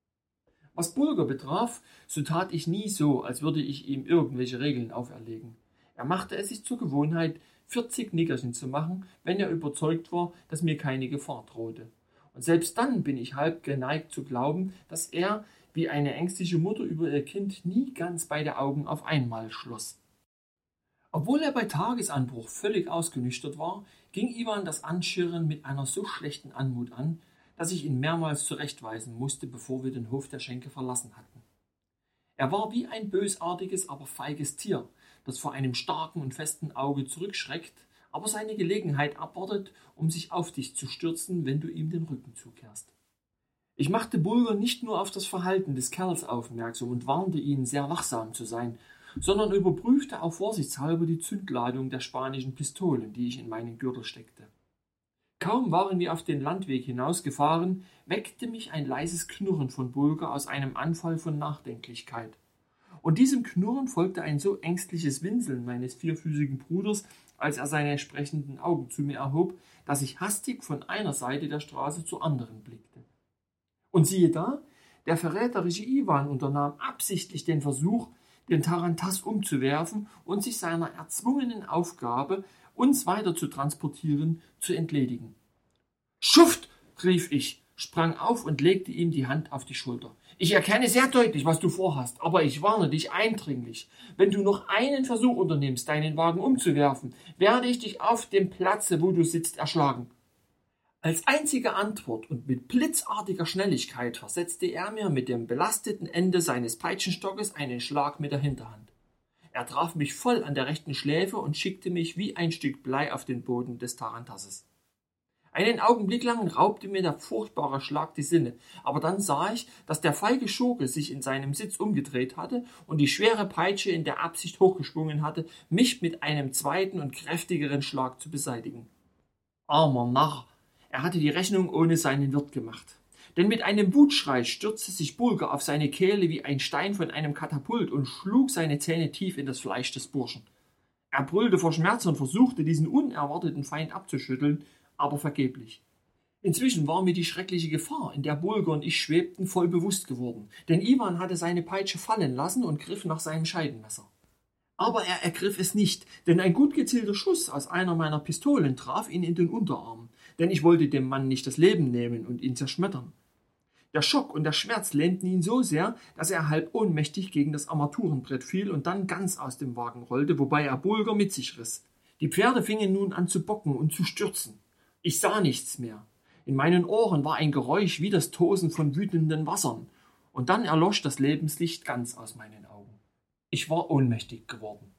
Was Bulgar betraf, so tat ich nie so, als würde ich ihm irgendwelche Regeln auferlegen. Er machte es sich zur Gewohnheit, vierzig Nickerchen zu machen, wenn er überzeugt war, dass mir keine Gefahr drohte. Und selbst dann bin ich halb geneigt zu glauben, dass er, wie eine ängstliche Mutter über ihr Kind, nie ganz beide Augen auf einmal schloss. Obwohl er bei Tagesanbruch völlig ausgenüchtert war, ging Iwan das Anschirren mit einer so schlechten Anmut an, dass ich ihn mehrmals zurechtweisen musste, bevor wir den Hof der Schenke verlassen hatten. Er war wie ein bösartiges, aber feiges Tier, das vor einem starken und festen Auge zurückschreckt, aber seine Gelegenheit abwartet, um sich auf dich zu stürzen, wenn du ihm den Rücken zukehrst. Ich machte Bulgar nicht nur auf das Verhalten des Kerls aufmerksam und warnte ihn, sehr wachsam zu sein, sondern überprüfte auch vorsichtshalber die Zündladung der spanischen Pistolen, die ich in meinen Gürtel steckte. Kaum waren wir auf den Landweg hinausgefahren, weckte mich ein leises Knurren von Bulgar aus einem Anfall von Nachdenklichkeit. Und diesem Knurren folgte ein so ängstliches Winseln meines vierfüßigen Bruders, als er seine sprechenden Augen zu mir erhob, dass ich hastig von einer Seite der Straße zur anderen blickte. Und siehe da, der verräterische Iwan unternahm absichtlich den Versuch, den Tarantass umzuwerfen und sich seiner erzwungenen Aufgabe, uns weiter zu transportieren, zu entledigen. »Schuft«, rief ich, sprang auf und legte ihm die Hand auf die Schulter. »Ich erkenne sehr deutlich, was du vorhast, aber ich warne dich eindringlich. Wenn du noch einen Versuch unternimmst, deinen Wagen umzuwerfen, werde ich dich auf dem Platze, wo du sitzt, erschlagen.« Als einzige Antwort und mit blitzartiger Schnelligkeit versetzte er mir mit dem belasteten Ende seines Peitschenstockes einen Schlag mit der Hinterhand. Er traf mich voll an der rechten Schläfe und schickte mich wie ein Stück Blei auf den Boden des Tarantasses. Einen Augenblick lang raubte mir der furchtbare Schlag die Sinne, aber dann sah ich, dass der feige Schurke sich in seinem Sitz umgedreht hatte und die schwere Peitsche in der Absicht hochgeschwungen hatte, mich mit einem zweiten und kräftigeren Schlag zu beseitigen. Armer Narr, er hatte die Rechnung ohne seinen Wirt gemacht. Denn mit einem Wutschrei stürzte sich Bulger auf seine Kehle wie ein Stein von einem Katapult und schlug seine Zähne tief in das Fleisch des Burschen. Er brüllte vor Schmerz und versuchte, diesen unerwarteten Feind abzuschütteln, aber vergeblich. Inzwischen war mir die schreckliche Gefahr, in der Bulger und ich schwebten, voll bewusst geworden, denn Iwan hatte seine Peitsche fallen lassen und griff nach seinem Scheidenmesser. Aber er ergriff es nicht, denn ein gut gezielter Schuss aus einer meiner Pistolen traf ihn in den Unterarm, denn ich wollte dem Mann nicht das Leben nehmen und ihn zerschmettern. Der Schock und der Schmerz lähmten ihn so sehr, dass er halb ohnmächtig gegen das Armaturenbrett fiel und dann ganz aus dem Wagen rollte, wobei er Bulger mit sich riss. Die Pferde fingen nun an zu bocken und zu stürzen. Ich sah nichts mehr. In meinen Ohren war ein Geräusch wie das Tosen von wütenden Wassern, und dann erlosch das Lebenslicht ganz aus meinen Augen. Ich war ohnmächtig geworden.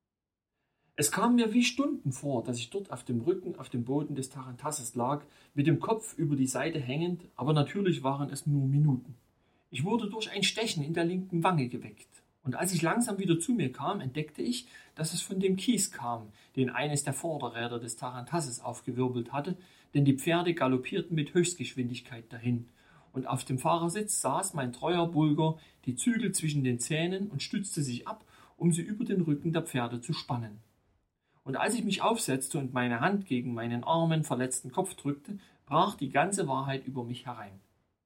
Es kam mir wie Stunden vor, dass ich dort auf dem Rücken auf dem Boden des Tarantasses lag, mit dem Kopf über die Seite hängend, aber natürlich waren es nur Minuten. Ich wurde durch ein Stechen in der linken Wange geweckt, und als ich langsam wieder zu mir kam, entdeckte ich, dass es von dem Kies kam, den eines der Vorderräder des Tarantasses aufgewirbelt hatte, denn die Pferde galoppierten mit Höchstgeschwindigkeit dahin, und auf dem Fahrersitz saß mein treuer Bulger, die Zügel zwischen den Zähnen und stützte sich ab, um sie über den Rücken der Pferde zu spannen. Und als ich mich aufsetzte und meine Hand gegen meinen armen, verletzten Kopf drückte, brach die ganze Wahrheit über mich herein.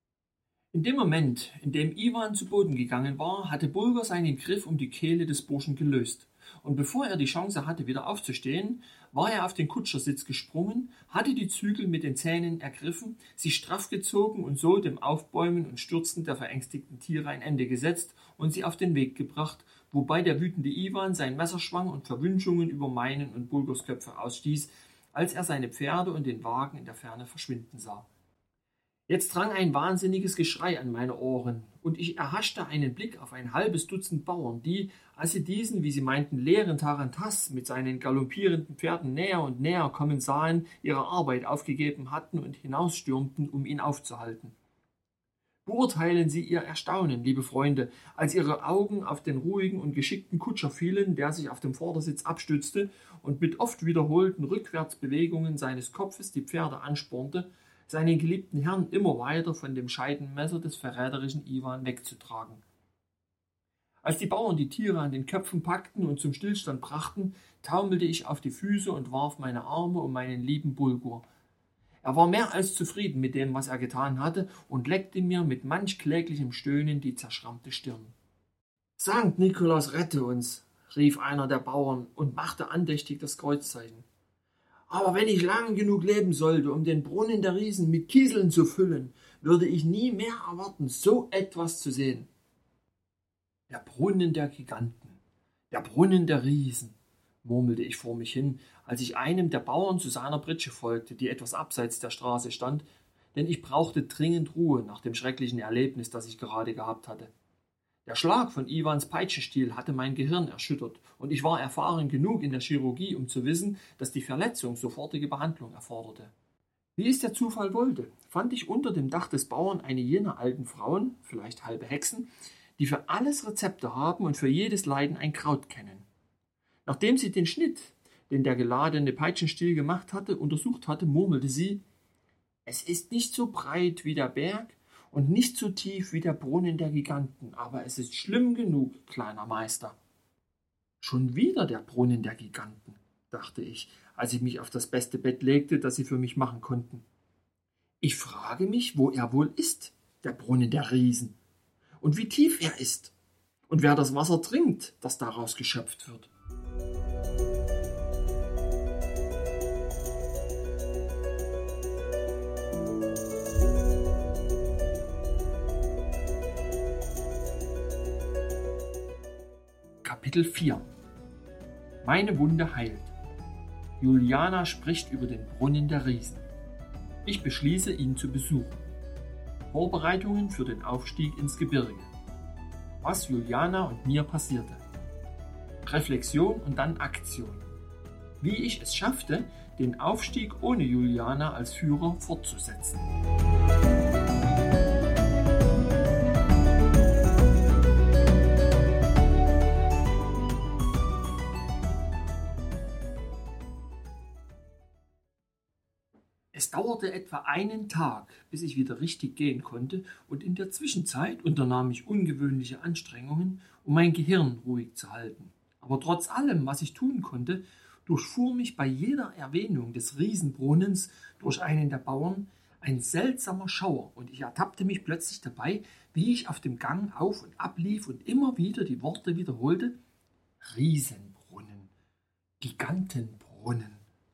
In dem Moment, in dem Iwan zu Boden gegangen war, hatte Bulger seinen Griff um die Kehle des Burschen gelöst, und bevor er die Chance hatte, wieder aufzustehen, war er auf den Kutschersitz gesprungen, hatte die Zügel mit den Zähnen ergriffen, sie straff gezogen und so dem Aufbäumen und Stürzen der verängstigten Tiere ein Ende gesetzt und sie auf den Weg gebracht, wobei der wütende Iwan sein Messer schwang und Verwünschungen über meinen und Bulgers Köpfe ausstieß, als er seine Pferde und den Wagen in der Ferne verschwinden sah. Jetzt drang ein wahnsinniges Geschrei an meine Ohren, und ich erhaschte einen Blick auf ein halbes Dutzend Bauern, die, als sie diesen, wie sie meinten, leeren Tarantass mit seinen galoppierenden Pferden näher und näher kommen sahen, ihre Arbeit aufgegeben hatten und hinausstürmten, um ihn aufzuhalten. Beurteilen Sie Ihr Erstaunen, liebe Freunde, als Ihre Augen auf den ruhigen und geschickten Kutscher fielen, der sich auf dem Vordersitz abstützte und mit oft wiederholten Rückwärtsbewegungen seines Kopfes die Pferde anspornte, seinen geliebten Herrn immer weiter von dem Scheidenmesser des verräterischen Iwan wegzutragen. Als die Bauern die Tiere an den Köpfen packten und zum Stillstand brachten, taumelte ich auf die Füße und warf meine Arme um meinen lieben Bulgur. Er war mehr als zufrieden mit dem, was er getan hatte, und leckte mir mit manch kläglichem Stöhnen die zerschrammte Stirn. »Sankt Nikolaus, rette uns«, rief einer der Bauern und machte andächtig das Kreuzzeichen. »Aber wenn ich lang genug leben sollte, um den Brunnen der Riesen mit Kieseln zu füllen, würde ich nie mehr erwarten, so etwas zu sehen.« »Der Brunnen der Giganten, der Brunnen der Riesen«, murmelte ich vor mich hin, als ich einem der Bauern zu seiner Pritsche folgte, die etwas abseits der Straße stand, denn ich brauchte dringend Ruhe nach dem schrecklichen Erlebnis, das ich gerade gehabt hatte. Der Schlag von Iwans Peitschenstiel hatte mein Gehirn erschüttert, und ich war erfahren genug in der Chirurgie, um zu wissen, dass die Verletzung sofortige Behandlung erforderte. Wie es der Zufall wollte, fand ich unter dem Dach des Bauern eine jener alten Frauen, vielleicht halbe Hexen, die für alles Rezepte haben und für jedes Leiden ein Kraut kennen. Nachdem sie den Schnitt, den der geladene Peitschenstiel gemacht hatte, untersucht hatte, murmelte sie: »Es ist nicht so breit wie der Berg und nicht so tief wie der Brunnen der Giganten, aber es ist schlimm genug, kleiner Meister.« »Schon wieder der Brunnen der Giganten«, dachte ich, als ich mich auf das beste Bett legte, das sie für mich machen konnten. »Ich frage mich, wo er wohl ist, der Brunnen der Riesen, und wie tief er ist, und wer das Wasser trinkt, das daraus geschöpft wird.« Kapitel vier. Meine Wunde heilt. Juliana spricht über den Brunnen der Riesen. Ich beschließe, ihn zu besuchen. Vorbereitungen für den Aufstieg ins Gebirge. Was Juliana und mir passierte. Reflexion und dann Aktion. Wie ich es schaffte, den Aufstieg ohne Juliana als Führer fortzusetzen. Es dauerte etwa einen Tag, bis ich wieder richtig gehen konnte, und in der Zwischenzeit unternahm ich ungewöhnliche Anstrengungen, um mein Gehirn ruhig zu halten. Aber trotz allem, was ich tun konnte, durchfuhr mich bei jeder Erwähnung des Riesenbrunnens durch einen der Bauern ein seltsamer Schauer, und ich ertappte mich plötzlich dabei, wie ich auf dem Gang auf und ab lief und immer wieder die Worte wiederholte: Riesenbrunnen, Gigantenbrunnen.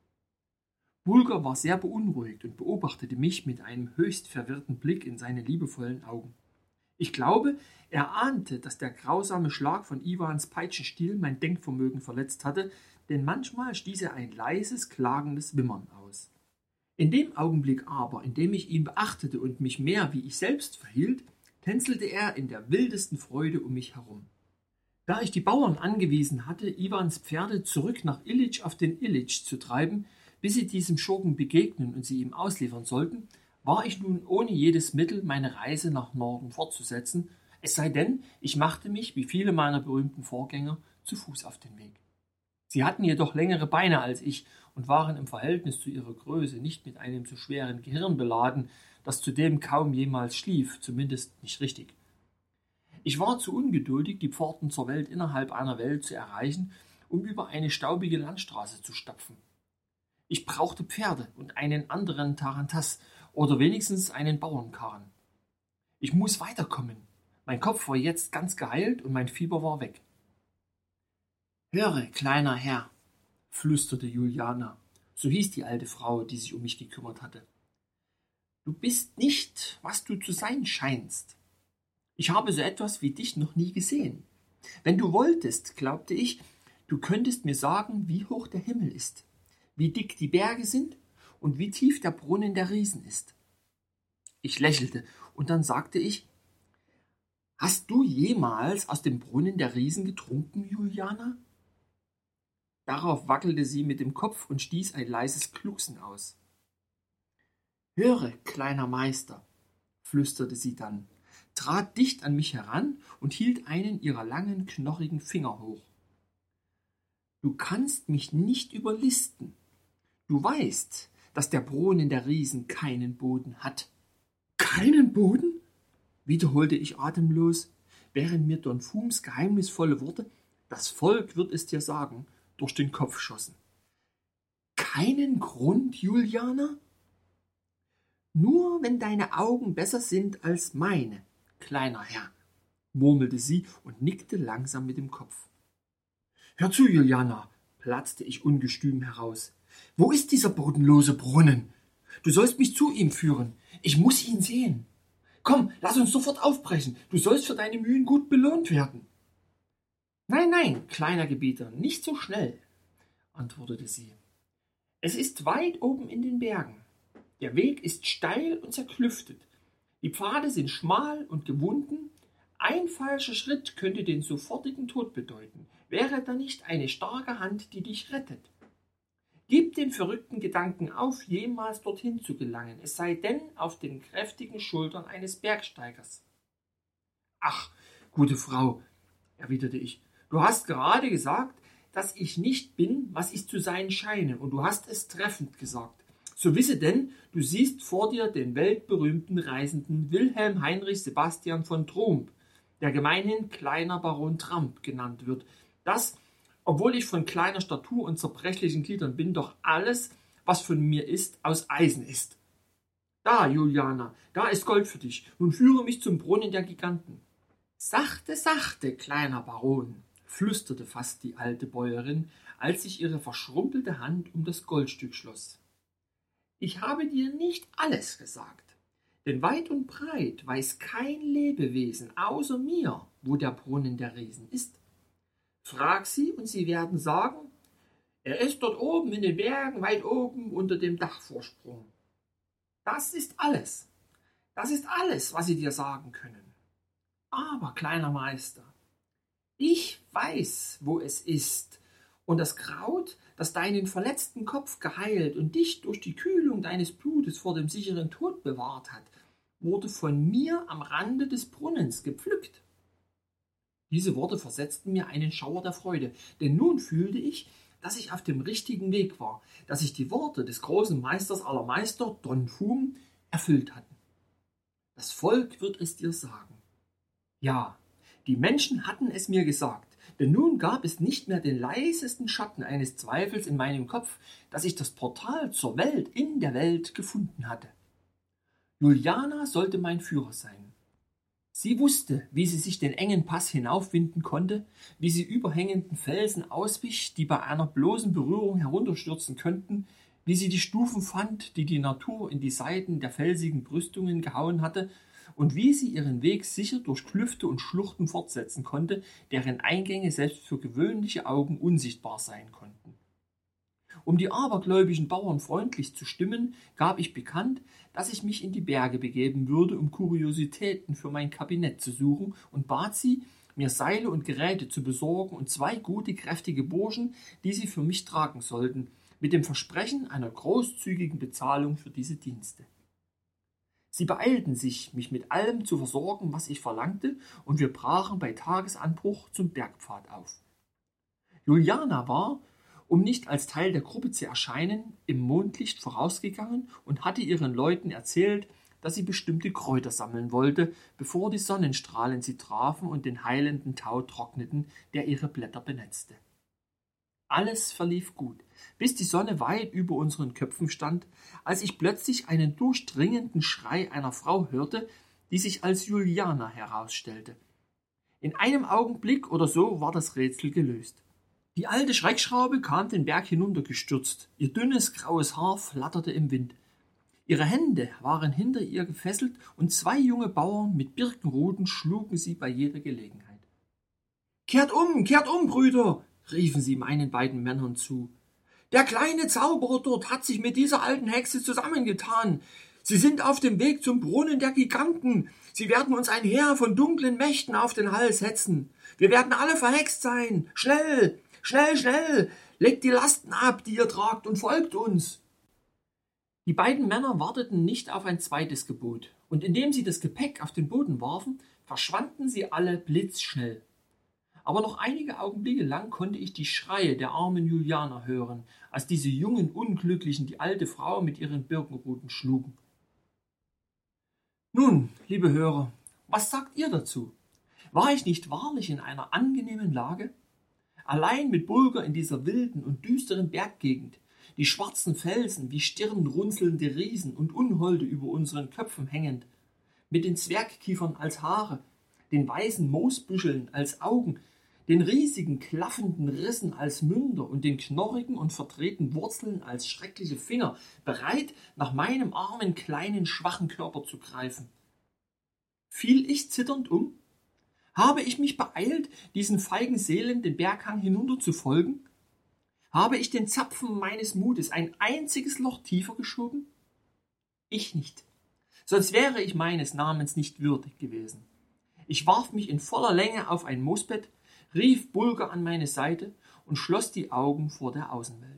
Bulger war sehr beunruhigt und beobachtete mich mit einem höchst verwirrten Blick in seine liebevollen Augen. Ich glaube, er ahnte, dass der grausame Schlag von Iwans Peitschenstiel mein Denkvermögen verletzt hatte, denn manchmal stieß er ein leises, klagendes Wimmern aus. In dem Augenblick aber, in dem ich ihn beachtete und mich mehr wie ich selbst verhielt, tänzelte er in der wildesten Freude um mich herum. Da ich die Bauern angewiesen hatte, Iwans Pferde zurück nach Ilitsch auf den Ilitsch zu treiben, bis sie diesem Schurken begegnen und sie ihm ausliefern sollten, war ich nun ohne jedes Mittel, meine Reise nach Norden fortzusetzen, es sei denn, ich machte mich, wie viele meiner berühmten Vorgänger, zu Fuß auf den Weg. Sie hatten jedoch längere Beine als ich und waren im Verhältnis zu ihrer Größe nicht mit einem so schweren Gehirn beladen, das zudem kaum jemals schlief, zumindest nicht richtig. Ich war zu ungeduldig, die Pforten zur Welt innerhalb einer Welt zu erreichen, um über eine staubige Landstraße zu stapfen. Ich brauchte Pferde und einen anderen Tarantass oder wenigstens einen Bauernkarren. Ich muss weiterkommen. Mein Kopf war jetzt ganz geheilt und mein Fieber war weg. »Höre, kleiner Herr«, flüsterte Juliana, so hieß die alte Frau, die sich um mich gekümmert hatte. »Du bist nicht, was du zu sein scheinst. Ich habe so etwas wie dich noch nie gesehen. Wenn du wolltest, glaubte ich, du könntest mir sagen, wie hoch der Himmel ist, wie dick die Berge sind und wie tief der Brunnen der Riesen ist.« Ich lächelte, und dann sagte ich: »Hast du jemals aus dem Brunnen der Riesen getrunken, Juliana?« Darauf wackelte sie mit dem Kopf und stieß ein leises Glucksen aus. »Höre, kleiner Meister«, flüsterte sie dann, trat dicht an mich heran und hielt einen ihrer langen, knochigen Finger hoch. »Du kannst mich nicht überlisten. Du weißt, dass der Brunnen der Riesen keinen Boden hat.« »Keinen Boden?« wiederholte ich atemlos, während mir Don Fums geheimnisvolle Worte, »Das Volk wird es dir sagen«, durch den Kopf schossen. »Keinen Grund, Juliana?« »Nur wenn deine Augen besser sind als meine, kleiner Herr«, murmelte sie und nickte langsam mit dem Kopf. »Hör zu, Juliana«, platzte ich ungestüm heraus. »Wo ist dieser bodenlose Brunnen? Du sollst mich zu ihm führen. Ich muss ihn sehen. Komm, lass uns sofort aufbrechen. Du sollst für deine Mühen gut belohnt werden.« »Nein, nein, kleiner Gebieter, nicht so schnell«, antwortete sie. »Es ist weit oben in den Bergen. Der Weg ist steil und zerklüftet. Die Pfade sind schmal und gewunden. Ein falscher Schritt könnte den sofortigen Tod bedeuten. Wäre da nicht eine starke Hand, die dich rettet? Gib den verrückten Gedanken auf, jemals dorthin zu gelangen, es sei denn auf den kräftigen Schultern eines Bergsteigers.« »Ach, gute Frau«, erwiderte ich, »du hast gerade gesagt, dass ich nicht bin, was ich zu sein scheine, und du hast es treffend gesagt. So wisse denn, du siehst vor dir den weltberühmten Reisenden Wilhelm Heinrich Sebastian von Tromp, der gemeinhin kleiner Baron Tramp genannt wird, das, obwohl ich von kleiner Statur und zerbrechlichen Gliedern bin, doch alles, was von mir ist, aus Eisen ist. Da, Juliana, da ist Gold für dich, nun führe mich zum Brunnen der Giganten.« »Sachte, sachte, kleiner Baron«, flüsterte fast die alte Bäuerin, als sich ihre verschrumpelte Hand um das Goldstück schloss. »Ich habe dir nicht alles gesagt, denn weit und breit weiß kein Lebewesen außer mir, wo der Brunnen der Riesen ist. Frag sie, und sie werden sagen, er ist dort oben in den Bergen, weit oben unter dem Dachvorsprung. Das ist alles, das ist alles, was sie dir sagen können. Aber, kleiner Meister, ich weiß, wo es ist, Und das Kraut, das deinen verletzten Kopf geheilt und dich durch die Kühlung deines Blutes vor dem sicheren Tod bewahrt hat, wurde von mir am Rande des Brunnens gepflückt. Diese Worte versetzten mir einen Schauer der Freude, denn nun fühlte ich, dass ich auf dem richtigen Weg war, dass sich die Worte des großen Meisters aller Meister, Don Fum, erfüllt hatten. Das Volk wird es dir sagen. Ja, die Menschen hatten es mir gesagt, denn nun gab es nicht mehr den leisesten Schatten eines Zweifels in meinem Kopf, dass ich das Portal zur Welt in der Welt gefunden hatte. Juliana sollte mein Führer sein. Sie wusste, wie sie sich den engen Pass hinaufwinden konnte, wie sie überhängenden Felsen auswich, die bei einer bloßen Berührung herunterstürzen könnten, wie sie die Stufen fand, die die Natur in die Seiten der felsigen Brüstungen gehauen hatte, und wie sie ihren Weg sicher durch Klüfte und Schluchten fortsetzen konnte, deren Eingänge selbst für gewöhnliche Augen unsichtbar sein konnten. Um die abergläubischen Bauern freundlich zu stimmen, gab ich bekannt, dass ich mich in die Berge begeben würde, um Kuriositäten für mein Kabinett zu suchen, und bat sie, mir Seile und Geräte zu besorgen und zwei gute, kräftige Burschen, die sie für mich tragen sollten, mit dem Versprechen einer großzügigen Bezahlung für diese Dienste. Sie beeilten sich, mich mit allem zu versorgen, was ich verlangte, und wir brachen bei Tagesanbruch zum Bergpfad auf. Juliana war, um nicht als Teil der Gruppe zu erscheinen, im Mondlicht vorausgegangen und hatte ihren Leuten erzählt, dass sie bestimmte Kräuter sammeln wollte, bevor die Sonnenstrahlen sie trafen und den heilenden Tau trockneten, der ihre Blätter benetzte. Alles verlief gut, bis die Sonne weit über unseren Köpfen stand, als ich plötzlich einen durchdringenden Schrei einer Frau hörte, die sich als Juliana herausstellte. In einem Augenblick oder so war das Rätsel gelöst. Die alte Schreckschraube kam den Berg hinuntergestürzt, ihr dünnes graues Haar flatterte im Wind. Ihre Hände waren hinter ihr gefesselt und zwei junge Bauern mit Birkenruten schlugen sie bei jeder Gelegenheit. »Kehrt um, kehrt um, Brüder!« riefen sie meinen beiden Männern zu. »Der kleine Zauberer dort hat sich mit dieser alten Hexe zusammengetan. Sie sind auf dem Weg zum Brunnen der Giganten. Sie werden uns ein Heer von dunklen Mächten auf den Hals hetzen. Wir werden alle verhext sein. Schnell, schnell, schnell! Legt die Lasten ab, die ihr tragt, und folgt uns!« Die beiden Männer warteten nicht auf ein zweites Gebot, und indem sie das Gepäck auf den Boden warfen, verschwanden sie alle blitzschnell. Aber noch einige Augenblicke lang konnte ich die Schreie der armen Juliana hören, als diese jungen Unglücklichen die alte Frau mit ihren Birkenruten schlugen. Nun, liebe Hörer, was sagt ihr dazu? War ich nicht wahrlich in einer angenehmen Lage? Allein mit Bulger in dieser wilden und düsteren Berggegend, die schwarzen Felsen wie stirnrunzelnde Riesen und Unholde über unseren Köpfen hängend, mit den Zwergkiefern als Haare, den weißen Moosbüscheln als Augen, den riesigen klaffenden Rissen als Münder und den knorrigen und verdrehten Wurzeln als schreckliche Finger, bereit, nach meinem armen, kleinen, schwachen Körper zu greifen. Fiel ich zitternd um? Habe ich mich beeilt, diesen feigen Seelen den Berghang hinunter zu folgen? Habe ich den Zapfen meines Mutes ein einziges Loch tiefer geschoben? Ich nicht, sonst wäre ich meines Namens nicht würdig gewesen. Ich warf mich in voller Länge auf ein Moosbett, rief Bulger an meine Seite und schloss die Augen vor der Außenwelt.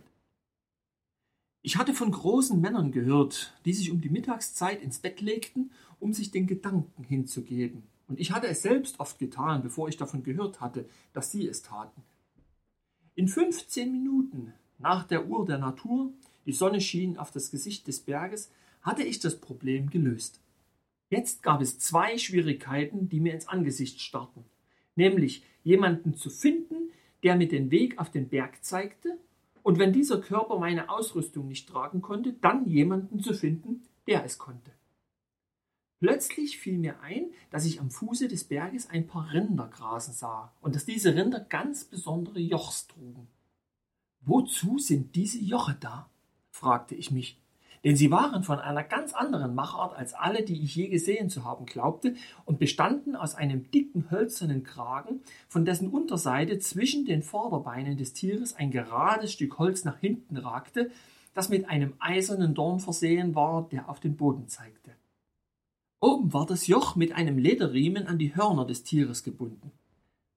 Ich hatte von großen Männern gehört, die sich um die Mittagszeit ins Bett legten, um sich den Gedanken hinzugeben. Und ich hatte es selbst oft getan, bevor ich davon gehört hatte, dass sie es taten. In fünfzehn Minuten nach der Uhr der Natur, die Sonne schien auf das Gesicht des Berges, hatte ich das Problem gelöst. Jetzt gab es zwei Schwierigkeiten, die mir ins Angesicht starrten, nämlich jemanden zu finden, der mir den Weg auf den Berg zeigte, und wenn dieser Körper meine Ausrüstung nicht tragen konnte, dann jemanden zu finden, der es konnte. Plötzlich fiel mir ein, dass ich am Fuße des Berges ein paar Rinder grasen sah und dass diese Rinder ganz besondere Jochs trugen. »Wozu sind diese Joche da?« fragte ich mich, denn sie waren von einer ganz anderen Machart als alle, die ich je gesehen zu haben glaubte, und bestanden aus einem dicken hölzernen Kragen, von dessen Unterseite zwischen den Vorderbeinen des Tieres ein gerades Stück Holz nach hinten ragte, das mit einem eisernen Dorn versehen war, der auf den Boden zeigte. Oben war das Joch mit einem Lederriemen an die Hörner des Tieres gebunden.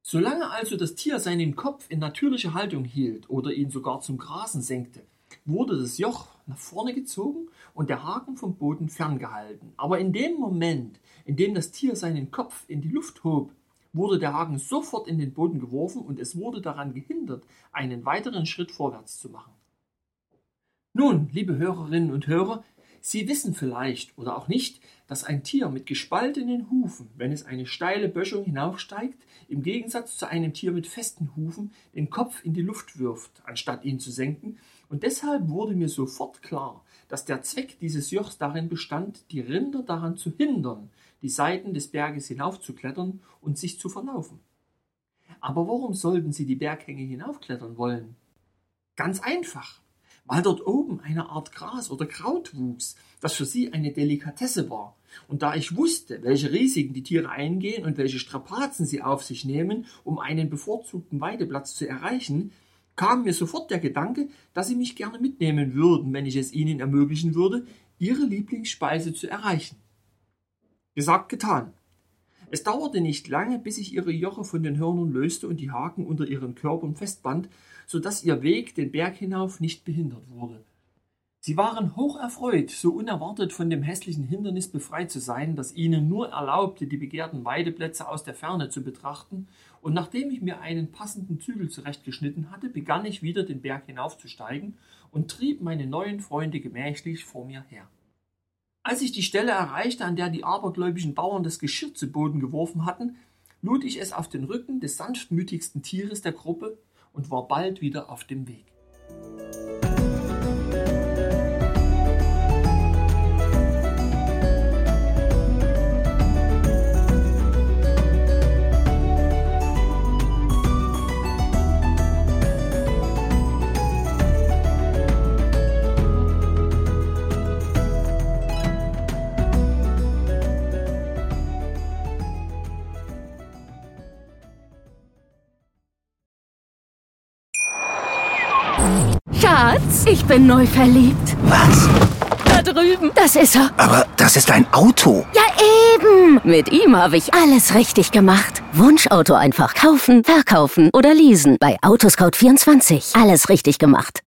Solange also das Tier seinen Kopf in natürlicher Haltung hielt oder ihn sogar zum Grasen senkte, wurde das Joch nach vorne gezogen und der Haken vom Boden ferngehalten. Aber in dem Moment, in dem das Tier seinen Kopf in die Luft hob, wurde der Haken sofort in den Boden geworfen und es wurde daran gehindert, einen weiteren Schritt vorwärts zu machen. Nun, liebe Hörerinnen und Hörer, Sie wissen vielleicht oder auch nicht, dass ein Tier mit gespaltenen Hufen, wenn es eine steile Böschung hinaufsteigt, im Gegensatz zu einem Tier mit festen Hufen den Kopf in die Luft wirft, anstatt ihn zu senken. Und deshalb wurde mir sofort klar, dass der Zweck dieses Jochs darin bestand, die Rinder daran zu hindern, die Seiten des Berges hinaufzuklettern und sich zu verlaufen. Aber warum sollten sie die Berghänge hinaufklettern wollen? Ganz einfach. Weil dort oben eine Art Gras oder Kraut wuchs, das für sie eine Delikatesse war. Und da ich wusste, welche Risiken die Tiere eingehen und welche Strapazen sie auf sich nehmen, um einen bevorzugten Weideplatz zu erreichen, kam mir sofort der Gedanke, dass sie mich gerne mitnehmen würden, wenn ich es ihnen ermöglichen würde, ihre Lieblingsspeise zu erreichen. Gesagt, getan. Es dauerte nicht lange, bis ich ihre Joche von den Hörnern löste und die Haken unter ihren Körpern festband, so dass ihr Weg den Berg hinauf nicht behindert wurde. Sie waren hoch erfreut, so unerwartet von dem hässlichen Hindernis befreit zu sein, das ihnen nur erlaubte, die begehrten Weideplätze aus der Ferne zu betrachten, und nachdem ich mir einen passenden Zügel zurechtgeschnitten hatte, begann ich wieder den Berg hinaufzusteigen und trieb meine neuen Freunde gemächlich vor mir her. Als ich die Stelle erreichte, an der die abergläubischen Bauern das Geschirr zu Boden geworfen hatten, lud ich es auf den Rücken des sanftmütigsten Tieres der Gruppe und war bald wieder auf dem Weg. Schatz, ich bin neu verliebt. Was? Da drüben. Das ist er. Aber das ist ein Auto. Ja, eben. Mit ihm habe ich alles richtig gemacht. Wunschauto einfach kaufen, verkaufen oder leasen. Bei Autoscout vierundzwanzig. Alles richtig gemacht.